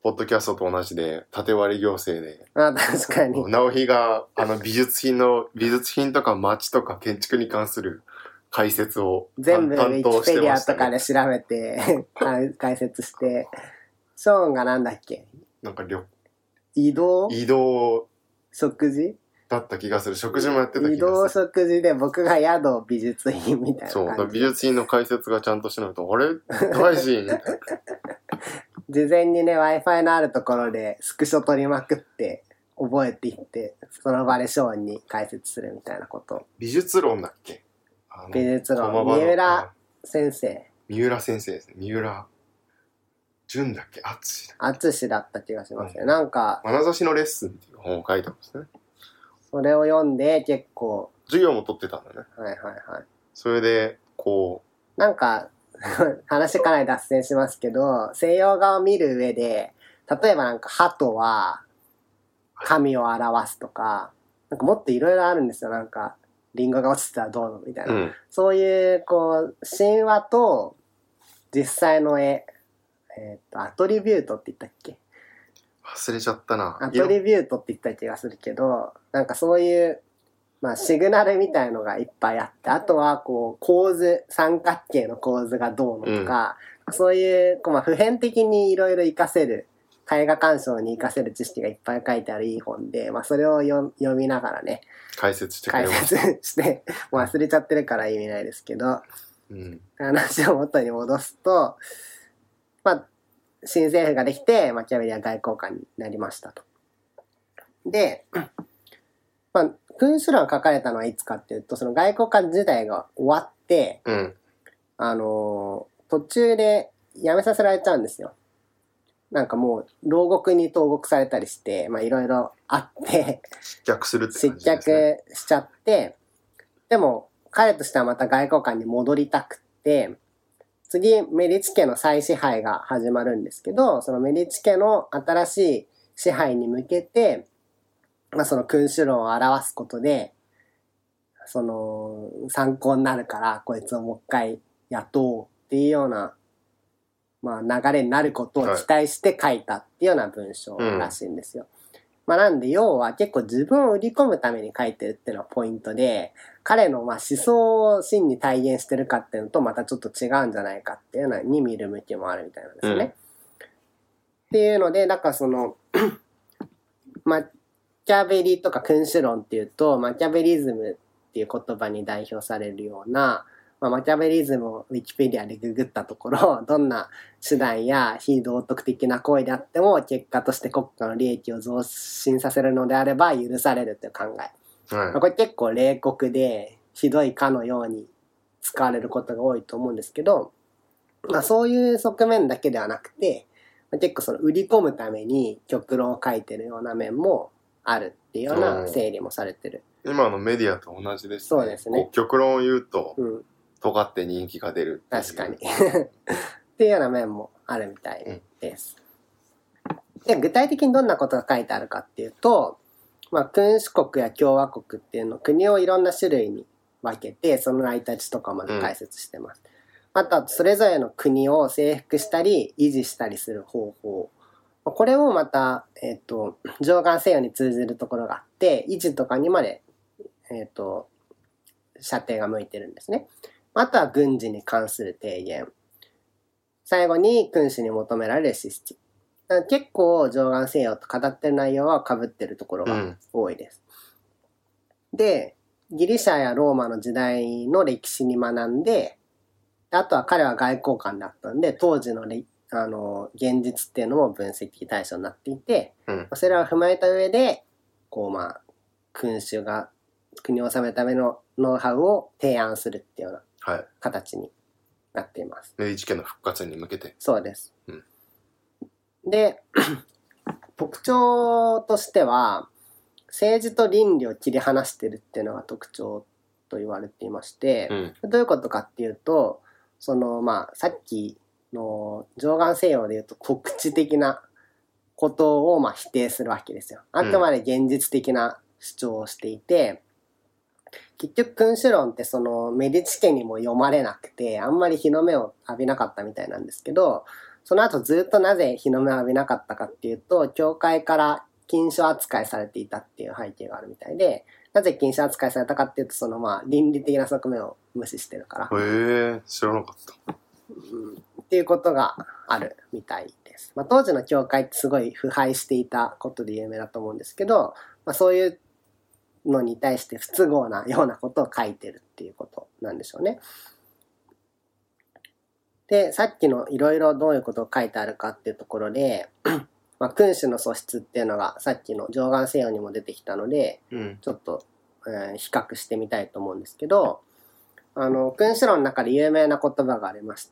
ポッドキャストと同じで縦割り行政で、 まあ確かに。 直樹が美術品とか街とか建築に関する解説を全部ウ担ィ当してキペディアましたね。 とかで調べて解説して、ショーンがなんだっけ、 なんか移動食事だった気がする。食事もやってた気がする。 移動食事で僕が宿美術品みたいな感じ。 そう、美術品の解説がちゃんとしないと、あれ大臣事前にね Wi-Fi のあるところでスクショ取りまくって覚えていって、その場でショーンに解説するみたいなこと。 美術論だっけ？ 美術論、 駒場の三浦先生。 三浦先生ですね。三浦淳だっけ？ 淳だった気がしますね。なんか眼差しのレッスンっていう本を書いたんですね。 それを読んで結構授業も取ってたんだね。 はいはいはい。 それでこうなんか話かなり脱線しますけど、西洋画を見る上で、例えばなんか鳩は神を表すとか、なんかもっといろいろあるんですよ。なんかリンゴが落ちてたらどうのみたいな、そういうこう神話と実際の絵、アトリビュートって言ったっけ？ 忘れちゃったな。 アトリビュートって言った気がするけど、なんかそういうまあシグナルみたいのがいっぱいあって、あとはこう構図、三角形の構図がどうのとか、そういうこうまあ普遍的にいろいろ活かせる、絵画鑑賞に活かせる知識がいっぱい書いてあるいい本で、まあそれを読みながらね、 解説してくれます。 解説して、もう忘れちゃってるから意味ないですけど、話を元に戻すと、まあ新政府ができてマキャベリは外交官になりましたと。で、まあ君主論書かれたのはいつかっていうと、その外交官時代が終わって、途中で辞めさせられちゃうんですよ。なんかもう牢獄に投獄されたりして、まあいろいろあって失脚するって感じですね。失脚しちゃって、でも彼としてはまた外交官に戻りたくって、次メディチ家の再支配が始まるんですけど、そのメディチ家の新しい支配に向けて、まあその君主論を表すことで、その参考になるからこいつをもう一回雇おうっていうような、まあ流れになることを期待して書いたっていうような文章らしいんですよ。まあなんで要は結構自分を売り込むために書いてるっていうのがポイントで、彼のまあ思想を真に体現してるかっていうのとまたちょっと違うんじゃないかっていうのに見る向きもあるみたいなんですよね。っていうので、だからそのマキャベリとか君主論っていうと、マキャベリズムっていう言葉に代表されるような、まあ、マキャベリズムをウィキペディアでググったところ、どんな手段や非道徳的な行為であっても結果として国家の利益を増進させるのであれば許されるという考え。まあ、これ結構冷酷でひどいかのように使われることが多いと思うんですけど、まあ、そういう側面だけではなくて、結構その売り込むために極論を書いてるような面もあるっていうような整理もされてる。 今のメディアと同じですね。 そうですね。 極論を言うと、尖って人気が出る。 確かに。っていうような面もあるみたいです。で、具体的にどんなことが書いてあるかっていうと、まあ、君主国や共和国っていうのを国をいろんな種類に分けて、その成り立ちとかまで解説してます。あとはそれぞれの国を征服したり維持したりする方法。これもまた、上岸西洋に通じるところがあって、維持とかにまで、射程が向いてるんですね。あとは軍事に関する提言。最後に君主に求められる資質。結構上岸西洋と語ってる内容は被ってるところが多いです。で、ギリシャやローマの時代の歴史に学んで、あとは彼は外交官だったんで、当時の現実っていうのも分析対象になっていて、それを踏まえた上で、こうまあ、君主が国を治めるためのノウハウを提案するっていうような形になっています。 メディチ家の復活に向けて。 そうです。で、特徴としては、政治と倫理を切り離してるっていうのが特徴と言われていまして、どういうことかっていうと、そのまあさっきの上岸西洋でいうと国知的なことをまあ否定するわけですよ。あくまで現実的な主張をしていて、結局君主論ってそのメディチ家にも読まれなくてあんまり日の目を浴びなかったみたいなんですけど、 その後ずっとなぜ日の目を浴びなかったかっていうと、教会から禁書扱いされていたっていう背景があるみたいで、なぜ禁書扱いされたかっていうと、その倫理的な側面を無視してるから。 へえ、知らなかった。 っていうことがあるみたいです。当時の教会ってすごい腐敗していたことで有名だと思うんですけど、そういうのに対して不都合なようなことを書いてるっていうことなんでしょうね。で、さっきのいろいろどういうことを書いてあるかっていうところで、君主の素質っていうのがさっきの上岸聖謡にも出てきたので、ちょっと、比較してみたいと思うんですけど、君主論の中で有名な言葉がありまして、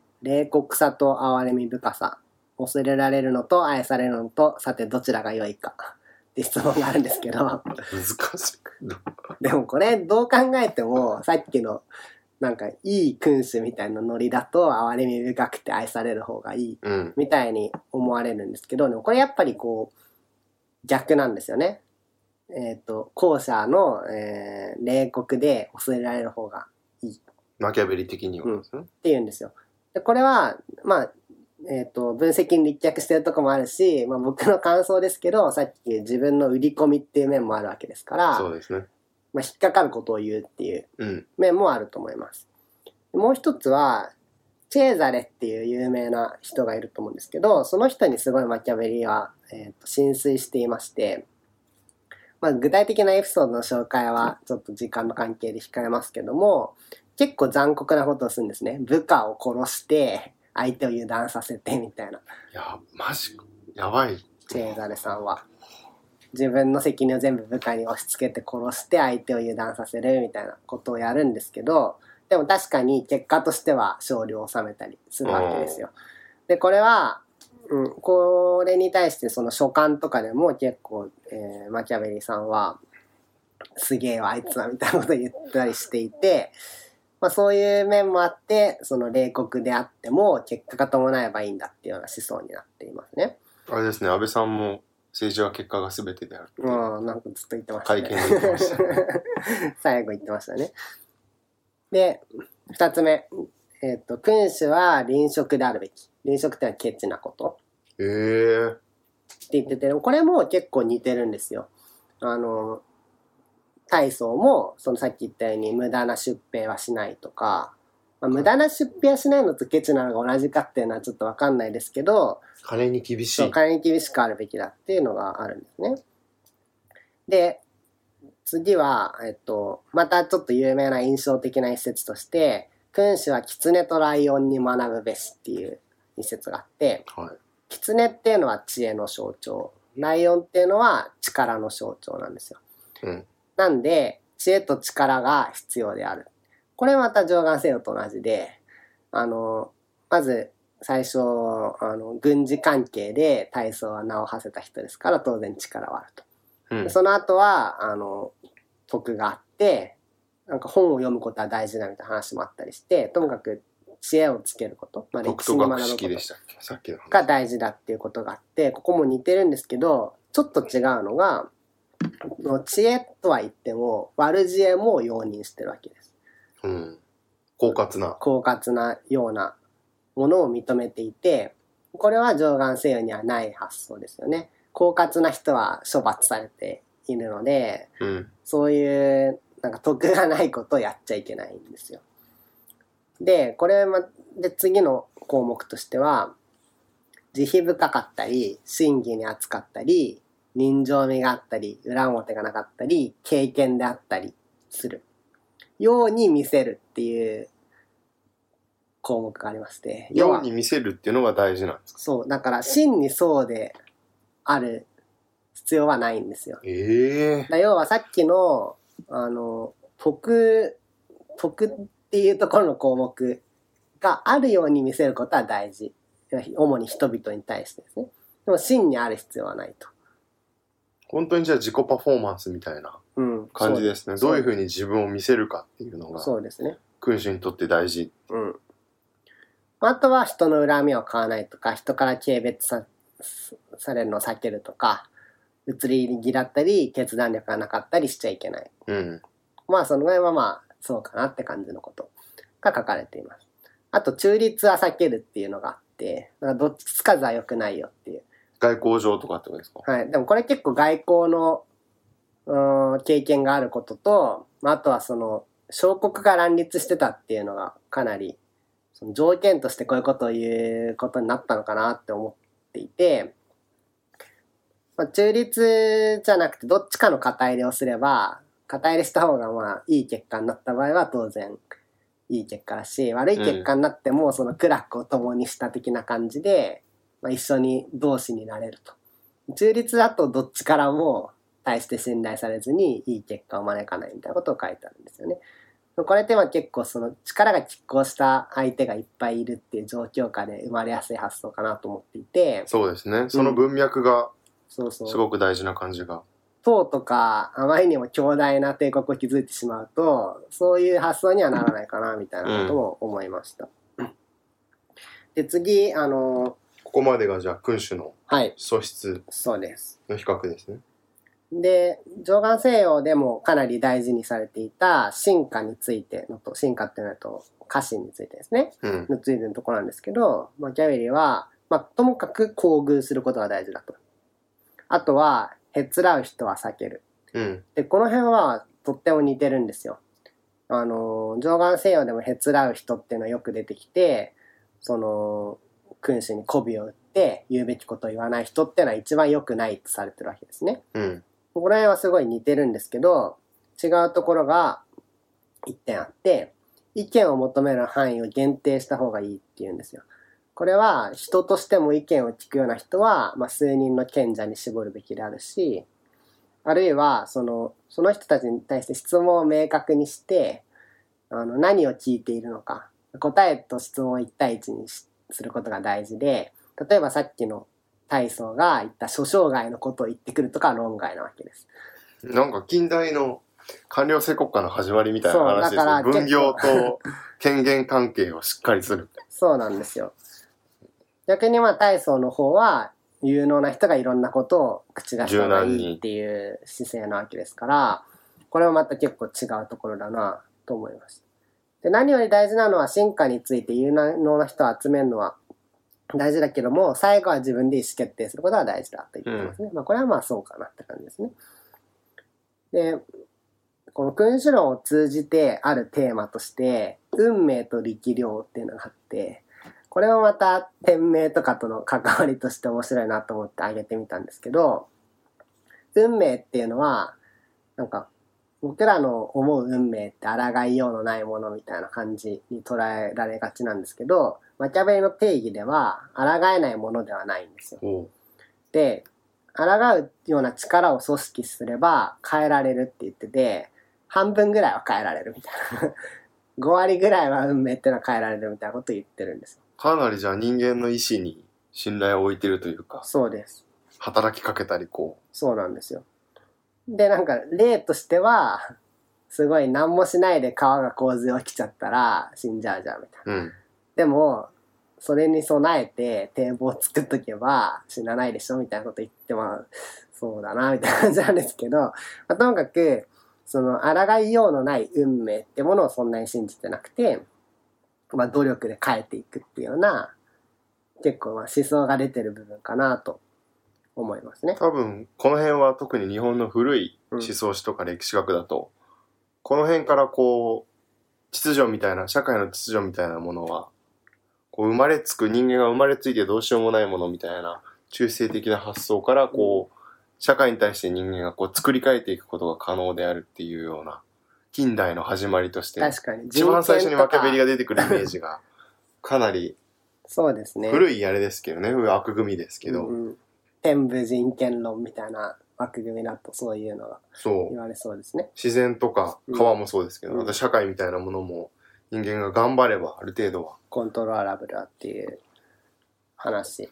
冷酷さと憐れみ深さ、恐れられるのと愛されるのと、さてどちらが良いかって質問があるんですけど、難しい。 でもこれどう考えてもさっきのなんかいい君主みたいなノリだと哀れみ深くて愛される方がいいみたいに思われるんですけど、でもこれやっぱりこう逆なんですよね。後者の、冷酷で恐れられる方がいい。 マキャベリ的にはですね。 っていうんですよ。でこれは分析に立脚してるとこもあるし、僕の感想ですけど、さっき自分の売り込みっていう面もあるわけですから、 そうですね。 引っかかることを言うっていう面もあると思います。もう一つは、チェーザレっていう有名な人がいると思うんですけど、その人にすごいマキャベリは、浸水していまして、具体的なエピソードの紹介はちょっと時間の関係で控えますけども、結構残酷なことをするんですね。部下を殺して、相手を油断させてみたいな。いや、マジやばい。 チェーザレさんは。自分の責任を全部部下に押し付けて殺して相手を油断させるみたいなことをやるんですけど、でも確かに結果としては勝利を収めたりするわけですよ。で、これは、これに対してその書簡とかでも結構、マキャベリさんはすげえわあいつはみたいなことを言ったりしていて、そういう面もあって、その冷酷であっても結果が伴えばいいんだっていうような思想になっていますね。 あれですね、安倍さんも政治は結果が全てであるって。 なんかずっと言ってましたね。 会見で言ってました、ね。 最後言ってましたね。で、二つ目。君主は臨職であるべき。臨職ってのはケチなこと。って言ってて、これも結構似てるんですよ。大層も、そのさっき言ったように無駄な出費はしないとか、無駄な出費はしないのとケチなのが同じかっていうのはちょっとわかんないですけど、 金に厳しい。 そう、金に厳しくあるべきだっていうのがあるんですね。で、次は、またちょっと有名な印象的な一節として、君主は狐とライオンに学ぶべしっていう一節があって、狐っていうのは知恵の象徴、ライオンっていうのは力の象徴なんですよ。なんで、知恵と力が必要である。これまた上岸聖謡と同じで、まず最初、軍事関係で大層は名を馳せた人ですから当然力はあると。その後は、徳があって、なんか本を読むことは大事だみたいな話もあったりして、ともかく知恵をつけること、歴史に学ぶことが大事だっていうことがあって、ここも似てるんですけど、ちょっと違うのが、知恵とは言っても、悪知恵も容認してるわけです。 狡猾なようなものを認めていて、これは上岸聖謡にはない発想ですよね。狡猾な人は処罰されているので、そういうなんか得がないことをやっちゃいけないんですよ。で、これで次の項目としては、慈悲深かったり、真偽に厚かったり、人情味があったり、裏表がなかったり、経験であったりするように見せるっていう項目がありまして、 ように見せるっていうのが大事なんですか？ そう、だから真にそうである必要はないんですよ。要はさっきの徳っていうところの項目があるように見せることは大事。主に人々に対してですね。でも真にある必要はないと。 本当にじゃあ自己パフォーマンスみたいな感じですね。どういうふうに自分を見せるかっていうのが、 そうですね。 君主にとって大事。 あとは人の恨みを買わないとか、人から軽蔑されるのを避けるとか、移り気だったり、決断力がなかったりしちゃいけない。そのぐらいはそうかなって感じのことが書かれています。あと、中立は避けるっていうのがあって、なんかどっちつかずは良くないよっていう。 外交上とかってことですか？ はい。でもこれ結構外交の経験があることと、あとはその小国が乱立してたっていうのがかなりその条件としてこういうことを言うことになったのかなって思っていて、中立じゃなくてどっちかの肩入れをすれば、肩入れした方がまあいい結果になった場合は当然いい結果だし、悪い結果になってもその苦楽を共にした的な感じで、一緒に同志になれると。中立だとどっちからも大して信頼されずにいい結果を招かないみたいなことを書いてあるんですよね。これって結構その力が拮抗した相手がいっぱいいるっていう状況下で生まれやすい発想かなと思っていて。 そうですね。その文脈がすごく大事な感じが。 唐とかあまりにも強大な帝国を築いてしまうと、そういう発想にはならないかなみたいなことも思いました。で、次、 ここまでがじゃあ君主の素質そうです。 の比較ですね。 で、上岸西洋でもかなり大事にされていた進化についてのと、進化っていうのと家臣についてですね、のついてのところなんですけど、マキャベリは、ともかく厚遇することが大事だと。あとは、へつらう人は避ける。で、この辺はとっても似てるんですよ。上岸西洋でもへつらう人っていうのはよく出てきて、その、君主に媚びを打って言うべきことを言わない人っていうのは一番良くないとされてるわけですね。この辺はすごい似てるんですけど、違うところが一点あって、意見を求める範囲を限定した方がいいっていうんですよ。これは人としても意見を聞くような人は、数人の賢者に絞るべきであるし、あるいはその人たちに対して質問を明確にして、何を聞いているのか、答えと質問を1対1にすることが大事で、例えばさっきの大宗が言った諸生涯のことを言ってくるとかは論外なわけです。 なんか近代の官僚制国家の始まりみたいな話ですね。分業と権限関係をしっかりする。 そうなんですよ。逆に大宗の方は有能な人がいろんなことを口出した方がいいっていう姿勢なわけですから、これはまた結構違うところだなと思います。で、何より大事なのは進化について有能な人を集めるのは大事だけども、最後は自分で意思決定することが大事だと言ってますね。これはそうかなって感じですね。で、この君主論を通じてあるテーマとして、運命と力量っていうのがあって、これもまた天命とかとの関わりとして面白いなと思って挙げてみたんですけど、運命っていうのは、なんか僕らの思う運命って抗いようのないものみたいな感じに捉えられがちなんですけど、マキャベリの定義では抗えないものではないんですよ。で、抗うような力を組織すれば変えられるって言ってて、半分ぐらいは変えられるみたいな5割ぐらいは運命っていうのは変えられるみたいなことを言ってるんですよ。 かなりじゃあ人間の意志に信頼を置いてるというか。 そうです。 働きかけたりそうなんですよ。で、なんか例としては、すごい何もしないで川が洪水起きちゃったら死んじゃうじゃんみたいな。でも、それに備えて堤防を作っとけば死なないでしょみたいなこと言っても、そうだなみたいな感じなんですけど、ともかく、その抗いようのない運命ってものをそんなに信じてなくて、努力で変えていくっていうような、結構思想が出てる部分かなと思いますね。 多分、この辺は特に日本の古い思想史とか歴史学だと、この辺から秩序みたいな、社会の秩序みたいなものは、人間が生まれついてどうしようもないものみたいな中性的な発想から社会に対して人間が作り変えていくことが可能であるっていうような近代の始まりとして、 確かに一番最初にマキャベリが出てくるイメージがかなりそうですね。 古いあれですけどね、枠組みですけど、 天武人権論みたいな枠組みだとそういうのが言われそうですね。 自然とか川もそうですけど、あと社会みたいなものも人間が頑張ればある程度はコントローラブルだっていう話。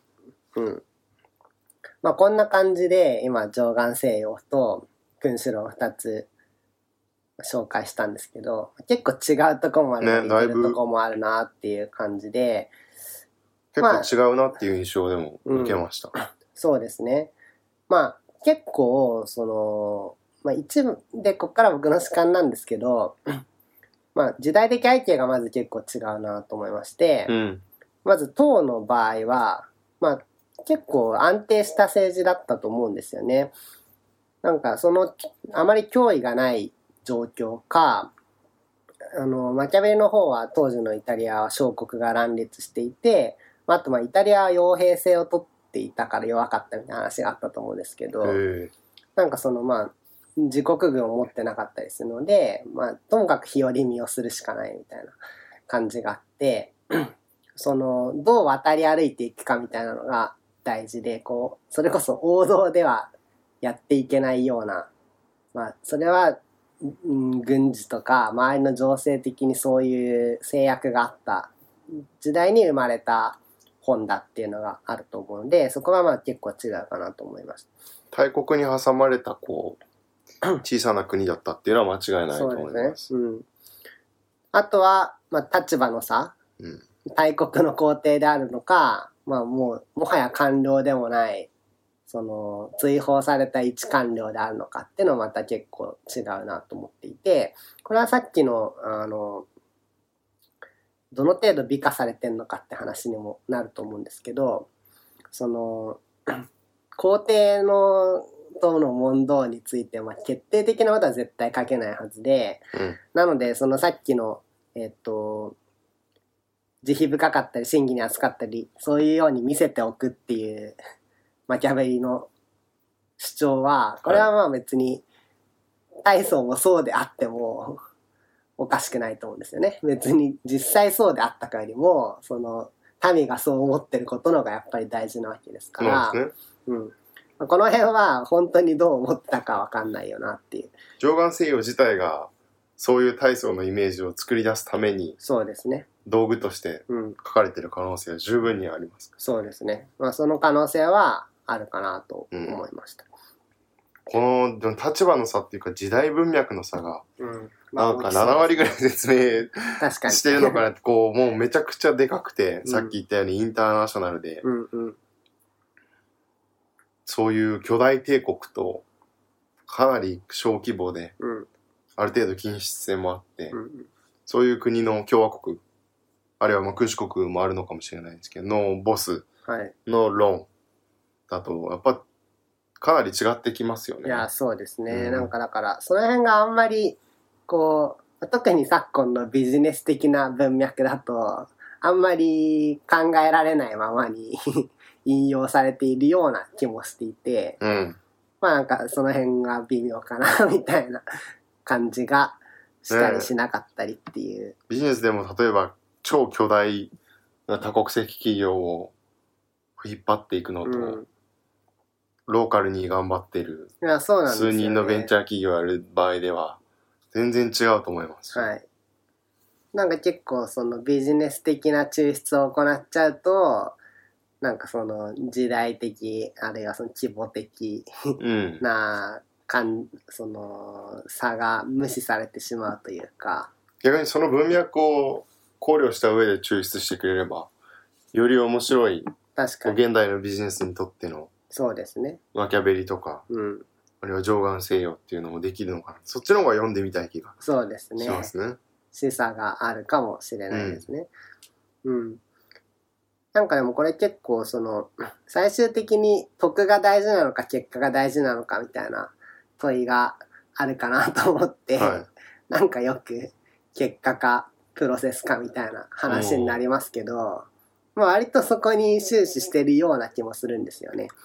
こんな感じで今上岸西洋と君主論2つ紹介したんですけど、結構違うとこもあるな、似てるとこもあるなっていう感じで、 結構違うなっていう印象でも受けました。 そうですね。結構一部でこっから僕の主観なんですけど、時代的背景がまず結構違うなと思いまして、 まず唐の場合は、まあ結構安定した政治だったと思うんですよね。なんかあまり脅威がない状況か、マキャベリの方は当時のイタリアは小国が乱立していて、あとイタリアは傭兵制を取っていたから弱かったみたいな話があったと思うんですけど、なんか自国軍を持ってなかったりするので、ともかく日和見をするしかないみたいな感じがあって、どう渡り歩いていくかみたいなのが大事で、それこそ王道ではやっていけないような、それは、軍事とか周りの情勢的にそういう制約があった時代に生まれた本だっていうのがあると思うので、そこは結構違うかなと思います。 大国に挟まれた小さな国だったっていうのは間違いないと思います。 そうですね。あとは、立場の差、大国の皇帝であるのか、もはや官僚でもない、追放された一官僚であるのかっていうのはまた結構違うなと思っていて、これはさっきの、どの程度美化されてんのかって話にもなると思うんですけど、皇帝との問答について、決定的なことは絶対書けないはずで、なので、さっきの、慈悲深かったり、真偽に厚かったり、そういうように見せておくっていう、マキャベリの主張は、これは別に、大層もそうであっても、おかしくないと思うんですよね。別に実際そうであったかよりも、民がそう思ってることのがやっぱり大事なわけですから、この辺は本当にどう思ったかわかんないよなっていう。 貞観政要自体がそういう大層のイメージを作り出すために、 そうですね。 道具として書かれている可能性は十分にあります。 そうですね。その可能性はあるかなと思いました。 この立場の差っていうか時代文脈の差が、なんか7割ぐらい説明してるのかなってもうめちゃくちゃでかくて、さっき言ったようにインターナショナルで、そういう巨大帝国とかなり小規模で、ある程度均質性もあって、そういう国の共和国、あるいは君主国もあるのかもしれないですけど、のボスの論だと、やっぱかなり違ってきますよね。 いや、そうですね。なんかだから、その辺があんまり、特に昨今のビジネス的な文脈だと、あんまり考えられないままに引用されているような気もしていて、なんかその辺が微妙かなみたいな感じがしたりしなかったりっていう。 ビジネスでも例えば超巨大な多国籍企業を引っ張っていくのと、ローカルに頑張ってる数人のベンチャー企業やる場合では全然違うと思います。 なんか結構ビジネス的な抽出を行っちゃうと、なんか時代的あるいは規模的な差が無視されてしまうというか、 逆にその文脈を考慮した上で抽出してくれればより面白い、現代のビジネスにとってのそうですね。 マキャベリとか、あるいは貞観政要っていうのもできるのかな。そっちの方が読んでみたい気がしますね。 示唆があるかもしれないですね。なんかでもこれ結構最終的に得が大事なのか結果が大事なのかみたいな問いがあるかなと思って、なんかよく結果かプロセスかみたいな話になりますけど、割とそこに終始してるような気もするんですよね。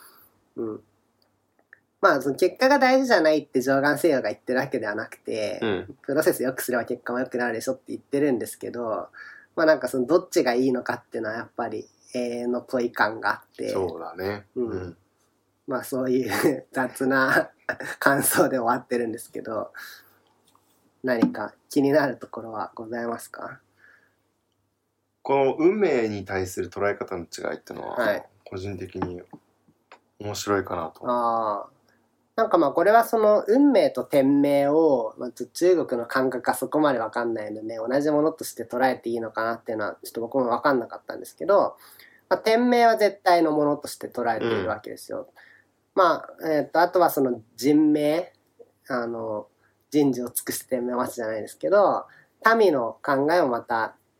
その結果が大事じゃないって貞観政要が言ってるわけではなくて、プロセス良くすれば結果も良くなるでしょって言ってるんですけど、なんかどっちがいいのかっていうのはやっぱり永遠の問い感があって、 そうだね。 そういう雑な感想で終わってるんですけど、何か気になるところはございますか？ この運命に対する捉え方の違いっていうのは、個人的に面白いかなと。 なんかこれは運命と天命を、中国の感覚がそこまでわかんないので、同じものとして捉えていいのかなっていうのはちょっと僕もわかんなかったんですけど、天命は絶対のものとして捉えているわけですよ。あとは人命、人事を尽くして天命を待つじゃないですけど、民の考えもまた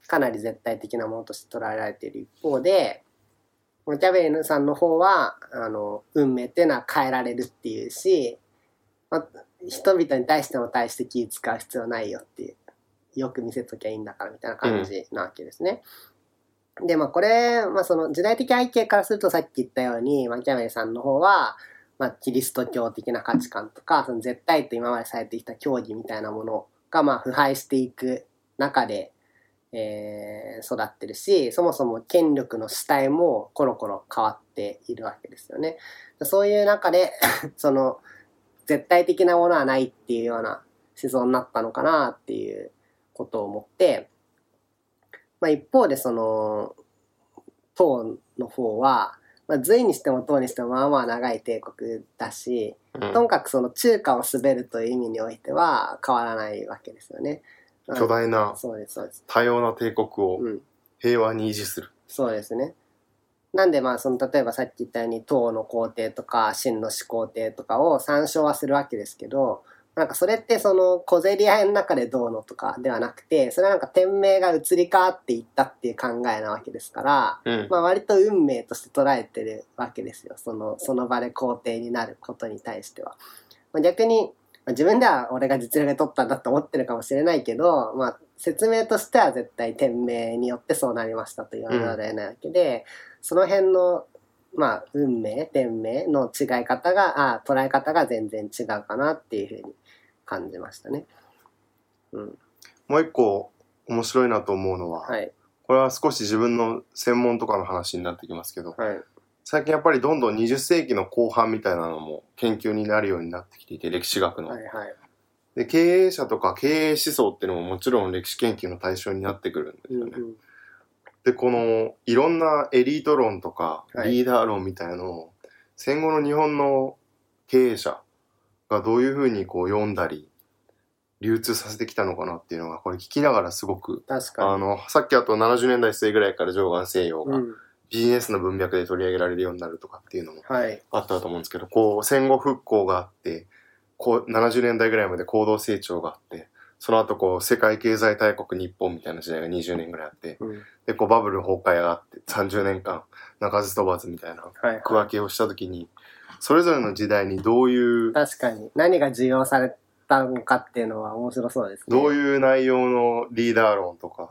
かなり絶対的なものとして捉えられている一方で、マキャベリさんの方は運命っていうのは変えられるっていうし、人々に対しても大して気を使う必要ないよっていう、よく見せときゃいいんだからみたいな感じなわけですね。でこれ、その時代的背景からするとさっき言ったようにマキャベリさんの方は、キリスト教的な価値観とかその絶対と今までされてきた教義みたいなものが腐敗していく中で、育ってるし、そもそも権力の主体もコロコロ変わっているわけですよね。そういう中でその絶対的なものはないっていうような思想になったのかなっていうことを思って、一方でその唐の方は、隋にしても唐にしてもまあまあ長い帝国だし、とにかくその中華を滑るという意味においては変わらないわけですよね。 巨大な多様な帝国を平和に維持する、 そうですね。なんでその例えばさっき言ったように唐の皇帝とか秦の始皇帝とかを参照はするわけですけど、それってその小競り合いの中でどうのとかではなくて、それは天命が移り変わっていったっていう考えなわけですから、割と運命として捉えてるわけですよ。その場で皇帝になることに対しては。逆に自分では俺が実力で取ったんだと思ってるかもしれないけど、説明としては絶対天命によってそうなりましたと言わざるを得ないわけで、その辺の運命、天命の違い方が、捉え方が全然違うかなっていうふうに感じましたね。 もう一個面白いなと思うのは、これは少し自分の専門とかの話になってきますけど、最近やっぱりどんどん20世紀の後半みたいなのも研究になるようになってきていて、歴史学の。で、経営者とか経営思想っていうのももちろん歴史研究の対象になってくるんですよね。で、このいろんなエリート論とかリーダー論みたいなのを戦後の日本の経営者がどういうふうに読んだり流通させてきたのかなっていうのがこれ聞きながらすごく、さっきあと70年代末ぐらいから貞観西洋がビジネスの文脈で取り上げられるようになるとかっていうのもあったと思うんですけど、戦後復興があって70年代ぐらいまで高度成長があって、その後世界経済大国日本みたいな時代が20年ぐらいあって、でバブル崩壊があって30年間鳴かず飛ばずみたいな区分けをした時に、それぞれの時代にどういう確かに何が重要されたのかっていうのは面白そうですね。 どういう内容のリーダー論とか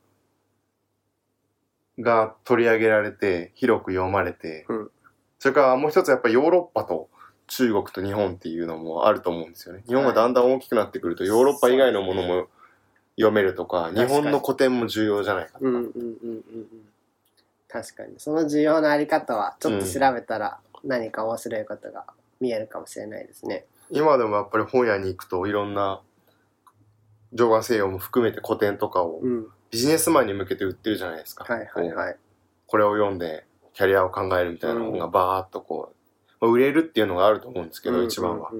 が取り上げられて広く読まれて、それからもう一つやっぱりヨーロッパと中国と日本っていうのもあると思うんですよね。日本がだんだん大きくなってくるとヨーロッパ以外のものも読めるとか、日本の古典も重要じゃないかとか。 確かにその重要なあり方はちょっと調べたら何か面白いことが見えるかもしれないですね。 今でもやっぱり本屋に行くといろんな貞観西洋も含めて古典とかをビジネスマンに向けて売ってるじゃないですか。これを読んでキャリアを考えるみたいな本がバーっと売れるっていうのがあると思うんですけど、一番は。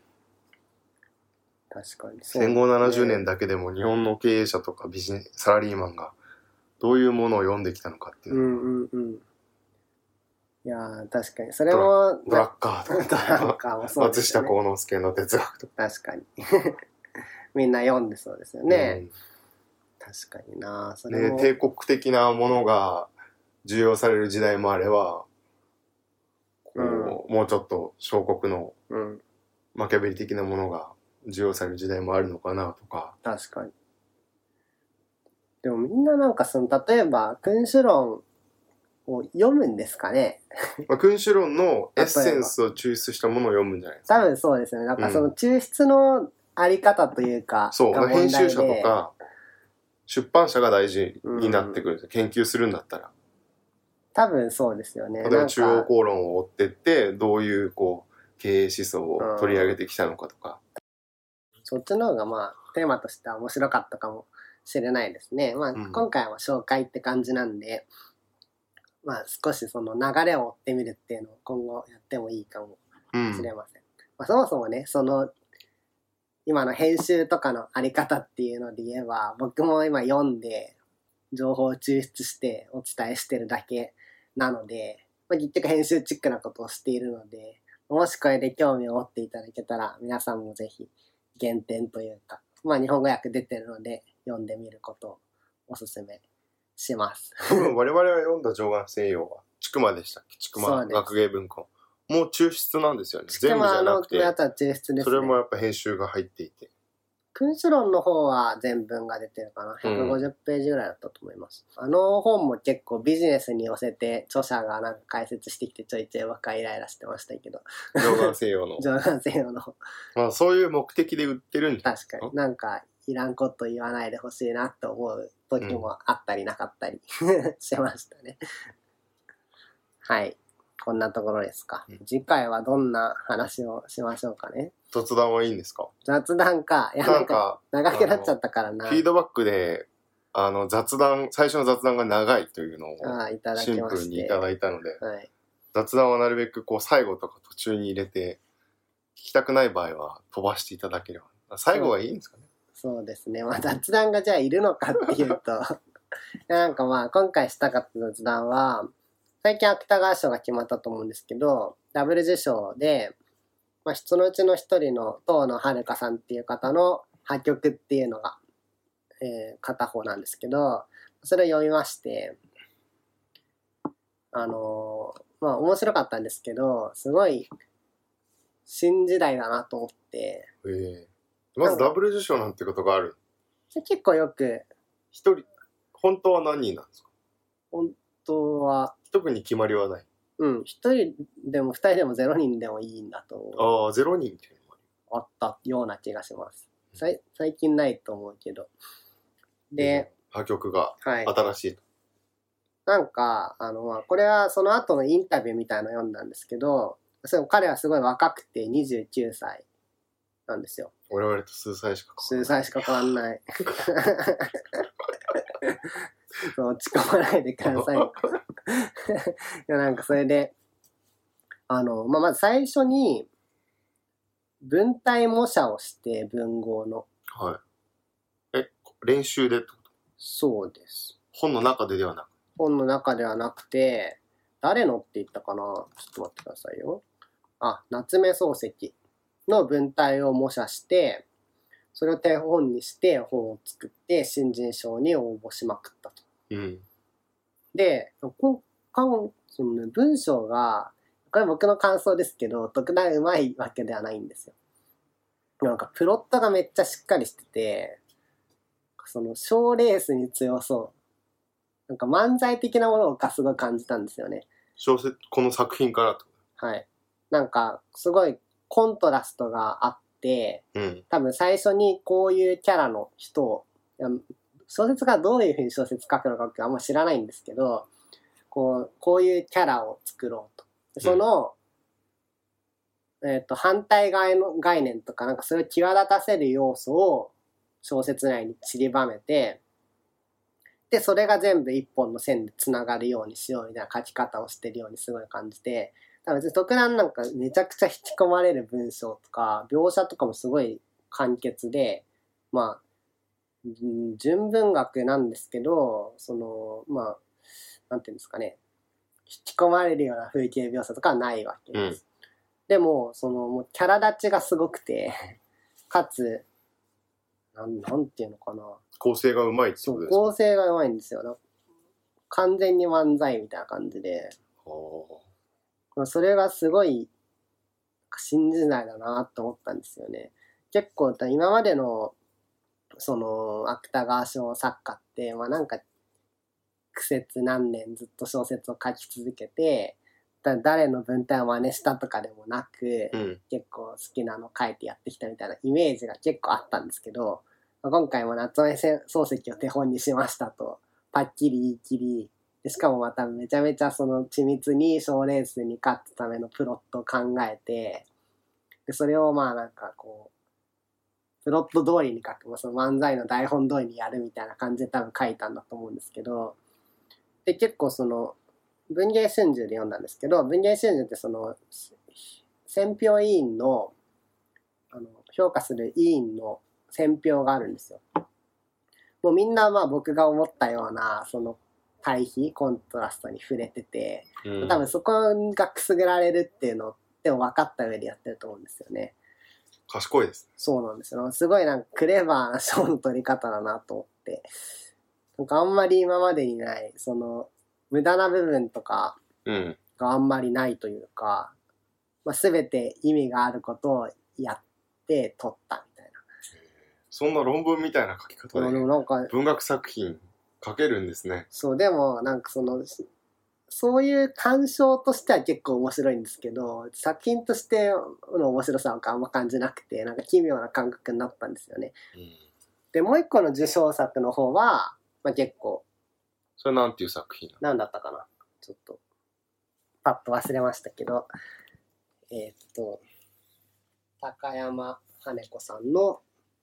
確かに戦後70年だけでも日本の経営者とかサラリーマンがどういうものを読んできたのかっていうの。 いや確かにそれもドラッカーとか松下幸之助の哲学とか確かにみんな読んでそうですよね。確かにな。それも帝国的なものが重要される時代もあれば、もうちょっと小国のマキャベリ的なものが重要される時代もあるのかなとか。 確かに。でもみんな例えば君主論を読むんですかね。 君主論のエッセンスを抽出したものを読むんじゃないですか。 多分そうですよね。その抽出のあり方というか、 編集者とか出版社が大事になってくるんですよ。研究するんだったら。 多分そうですよね。 例えば中央公論を追ってってどういう経営思想を取り上げてきたのかとか。 そっちの方がテーマとしては面白かったかもしれないですね。今回は紹介って感じなんで、少しその流れを追ってみるっていうのを今後やってもいいかもしれません。そもそもね、その今の編集とかのあり方っていうので言えば、僕も今読んで情報を抽出してお伝えしてるだけなので、結局編集チックなことをしているので、もしこれで興味を持っていただけたら皆さんもぜひ原点というか、日本語訳出てるので読んでみることをおすすめします。 多分我々が読んだ上岸西洋は、千曲でしたっけ？千曲学芸文庫。もう抽出なんですよね。全部じゃなくて。 やつは抽出ですね。 それもやっぱ編集が入っていて。 君主論の方は全文が出てるかな。150ページぐらいだったと思います。あの本も結構ビジネスに寄せて、著者がなんか解説してきてちょいちょい僕はイライラしてましたけど。 上岸西洋の。 上岸西洋の。 まあそういう目的で売ってるんじゃないですか。 確かに。なんか、いらんこと言わないでほしいなと思う時もあったりなかったりしましたね。はい。こんなところですか。次回はどんな話をしましょうかね。 雑談はいいんですか？ 雑談か。いや、なんか、長くなっちゃったからな。 フィードバックで、最初の雑談が長いというのを、シンプルにいただいたので、 はい、 雑談はなるべくこう、最後とか途中に入れて、聞きたくない場合は飛ばしていただければ。最後がいいんですかね。 そうですね。まあ雑談がじゃあいるのかっていうと、なんかまあ今回したかった雑談は、最近芥川賞が決まったと思うんですけど、ダブル受賞で、まあ、そのうちの一人の遠野遥さんっていう方の破局っていうのが、片方なんですけど、それを読みまして、まあ面白かったんですけど、すごい新時代だなと思って。 まずダブル受賞なんてことがある？ 結構よく。 一人、本当は何人なんですか？ 本当は。 特に決まりはない。 うん、一人でも二人でも0人でもいいんだと思う。 ああ、0人っていうのもあったような気がします。最近ないと思うけど。で、 破局が新しいと。 なんか、これはその後のインタビューみたいなの読んだんですけど、彼はすごい若くて29歳なんですよ。 我々と数歳しか変わんない。そう落ち込まないでください。いやなんかそれで、まず最初に、文体模写をして文豪の。 はい。練習でってこと？ そうです。 本の中ではなく？ 本の中ではなくて、誰のって言ったかな？ちょっと待ってくださいよ。夏目漱石の文体を模写して、それを手本にして本を作って新人賞に応募しまくったと。 うん、 で、その、ね、文章が、これ僕の感想ですけど、特段うまいわけではないんですよ。なんかプロットがめっちゃしっかりしてて、その賞レースに強そう。なんか漫才的なものをすごい感じたんですよね。 この作品からと。 はい。なんかすごいコントラストがあって、多分最初にこういうキャラの人を、小説がどういう風に小説書くのかってあんま知らないんですけど、こういうキャラを作ろうと。その、反対側の概念とか、なんかそれを際立たせる要素を小説内に散りばめて、で、それが全部一本の線で繋がるようにしようみたいな書き方をしてるようにすごい感じて、多分特段なんかめちゃくちゃ引き込まれる文章とか、描写とかもすごい簡潔で、まあ、純文学なんですけど、なんていうんですかね、引き込まれるような風景描写とかはないわけです。でも、もうキャラ立ちがすごくて、かつ、なんていうのかな。 構成がうまいってことですか？ 構成がうまいんですよ。完全に漫才みたいな感じで。それがすごい新時代だなと思ったんですよね。結構今までの芥川賞作家って、なんか苦節何年ずっと小説を書き続けて、誰の文体を真似したとかでもなく、結構好きなの書いてやってきたみたいなイメージが結構あったんですけど、今回も夏目漱石を手本にしましたと、パッキリ言い切り、でしかもまためちゃめちゃ緻密に賞レースに勝つためのプロットを考えて、でそれをプロット通りに書く、その漫才の台本通りにやるみたいな感じで多分書いたんだと思うんですけど、で結構文藝春秋で読んだんですけど、文藝春秋って選評委員の、評価する委員の選評があるんですよ。もうみんな僕が思ったような、対比、コントラストに触れてて、多分そこがくすぐられるっていうのでも分かった上でやってると思うんですよね。 賢いです。 そうなんですよ。すごいクレバーな賞の取り方だなと思って。 なんかあんまり今までにないその無駄な部分とかうん。 があんまりないというか、まあ、全て意味があることをやって取ったみたいそんな論文みたいな書き方な。 でなんか文学作品書けるんですね。 そうでもなんかそういう鑑賞としては結構面白いんですけど、作品としての面白さはあんま感じなくて、なんか奇妙な感覚になったんですよね。でもう一個の受賞作の方は、まあ、結構それなんていう作品なの？ 何だったかな、ちょっとパッと忘れましたけど、高山羽子さんの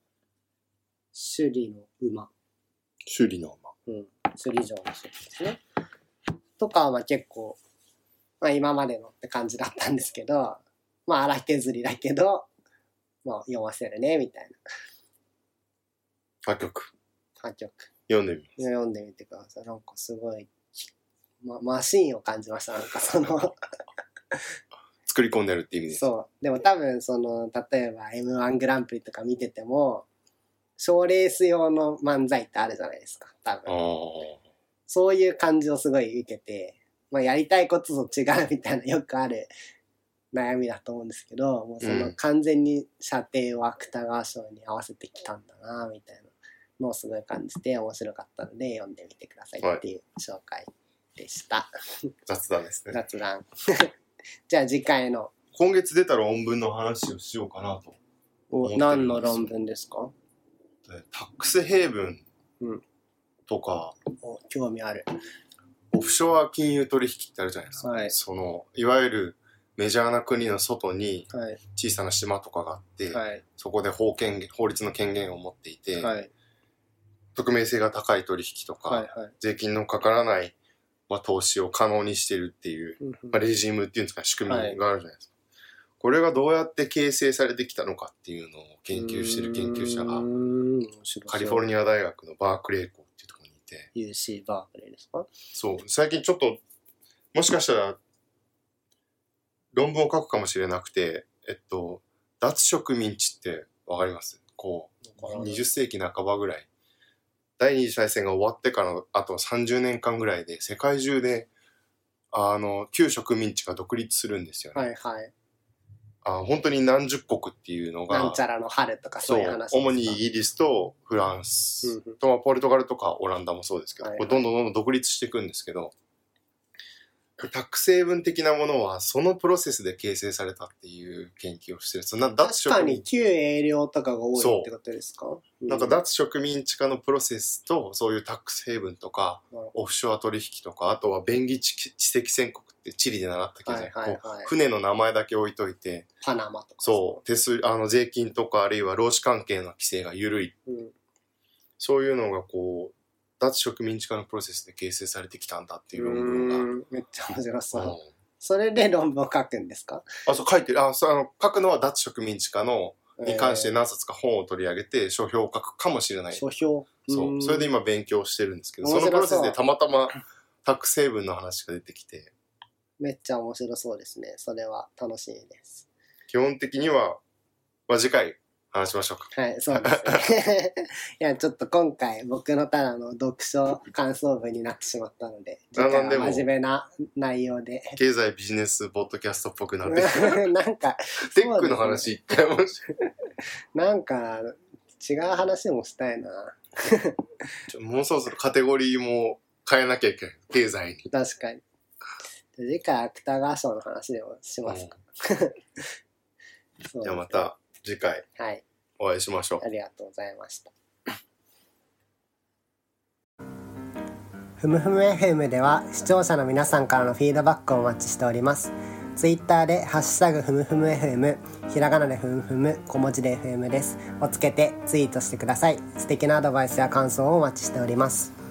首里の馬、 首里の馬。 首里城の首里ですね。とかはまあ結構、まあ、今までのって感じだったんですけど、まあ荒削りだけど、まあ読ませるねみたいな。 破曲。 破曲。 読んでみます。 読んでみてください。なんかすごい、マシーンを感じました。なんかその作り込んでるって意味です。 そう。でも多分例えば M1 グランプリとか見てても、賞レース用の漫才ってあるじゃないですか。多分。そういう感じをすごい受けて、まあやりたいことと違うみたいなよくある悩みだと思うんですけど、もうその完全に射程を芥川賞に合わせてきたんだなみたいなのをすごい感じて面白かったので読んでみてくださいっていう紹介でした。 雑談ですね。 雑談。じゃあ次回の。 今月出た論文の話をしようかなと。 何の論文ですか？ タックスヘイブンとか、 興味ある。 オフショア金融取引ってあるじゃないですか。 はい、 いわゆるメジャーな国の外に小さな島とかがあって、 はい、 そこで法律の権限を持っていて、 はい、 匿名性が高い取引とか、 はいはい、 税金のかからない、投資を可能にしているっていう、レジームっていうんですか、仕組みがあるじゃないですか。これがどうやって形成されてきたのかっていうのを研究している研究者がカリフォルニア大学のバークレー校っていうところにいて、 UC バークレーですか？ そう、最近ちょっともしかしたら論文を書くかもしれなくて、脱植民地ってわかります？20世紀半ばぐらい、第二次大戦が終わってからのあと30年間ぐらいで世界中で旧植民地が独立するんですよね。 はいはい。 本当に何十国っていうのが、 なんちゃらの春とかそういう話ですか？ 主にイギリスとフランスと、ポルトガルとかオランダもそうですけど、これどんどん独立していくんですけど、タックスヘイブン的なものはそのプロセスで形成されたっていう研究をしてる。 確かに旧英領とかが多いってことですか？ なんか脱植民地化のプロセスと、そういうタックスヘイブンとかオフショア取引とか、あとは便宜知跡宣告ってチリで習ったけど、船の名前だけ置いといて、 パナマとか、 そう税金とかあるいは労使関係の規制が緩い、そういうのが脱植民地化のプロセスで形成されてきたんだっていう論文が。 めっちゃ面白そう。それで論文を書くんですか？ そう書いてる。書くのは脱植民地化に関して何冊か本を取り上げて書評を書くかもしれない。 書評。 そう。それで今勉強してるんですけど、そのプロセスでたまたまタックスヘイブンの話が出てきて。 めっちゃ面白そうですね。それは楽しみです。 基本的には、次回話しましょうか。 はい、そうですね。いや、ちょっと今回僕のただの読書感想文になってしまったので、次回は真面目な内容で。 経済ビジネスポッドキャストっぽくなってなんか、 テックの話言っちゃいました。 なんか、違う話もしたいな。 もうそろそろカテゴリーも変えなきゃいけない。経済に。 確かに。次回芥川賞の話でもしますか。 じゃあまた次回お会いしましょう。 ありがとうございました。ふむふむ FM では視聴者の皆さんからのフィードバックをお待ちしております。ツイッターでハッシュタグふむふむ FM、ひらがなでふむふむ、小文字で FM ですをつけてツイートしてください。素敵なアドバイスや感想をお待ちしております。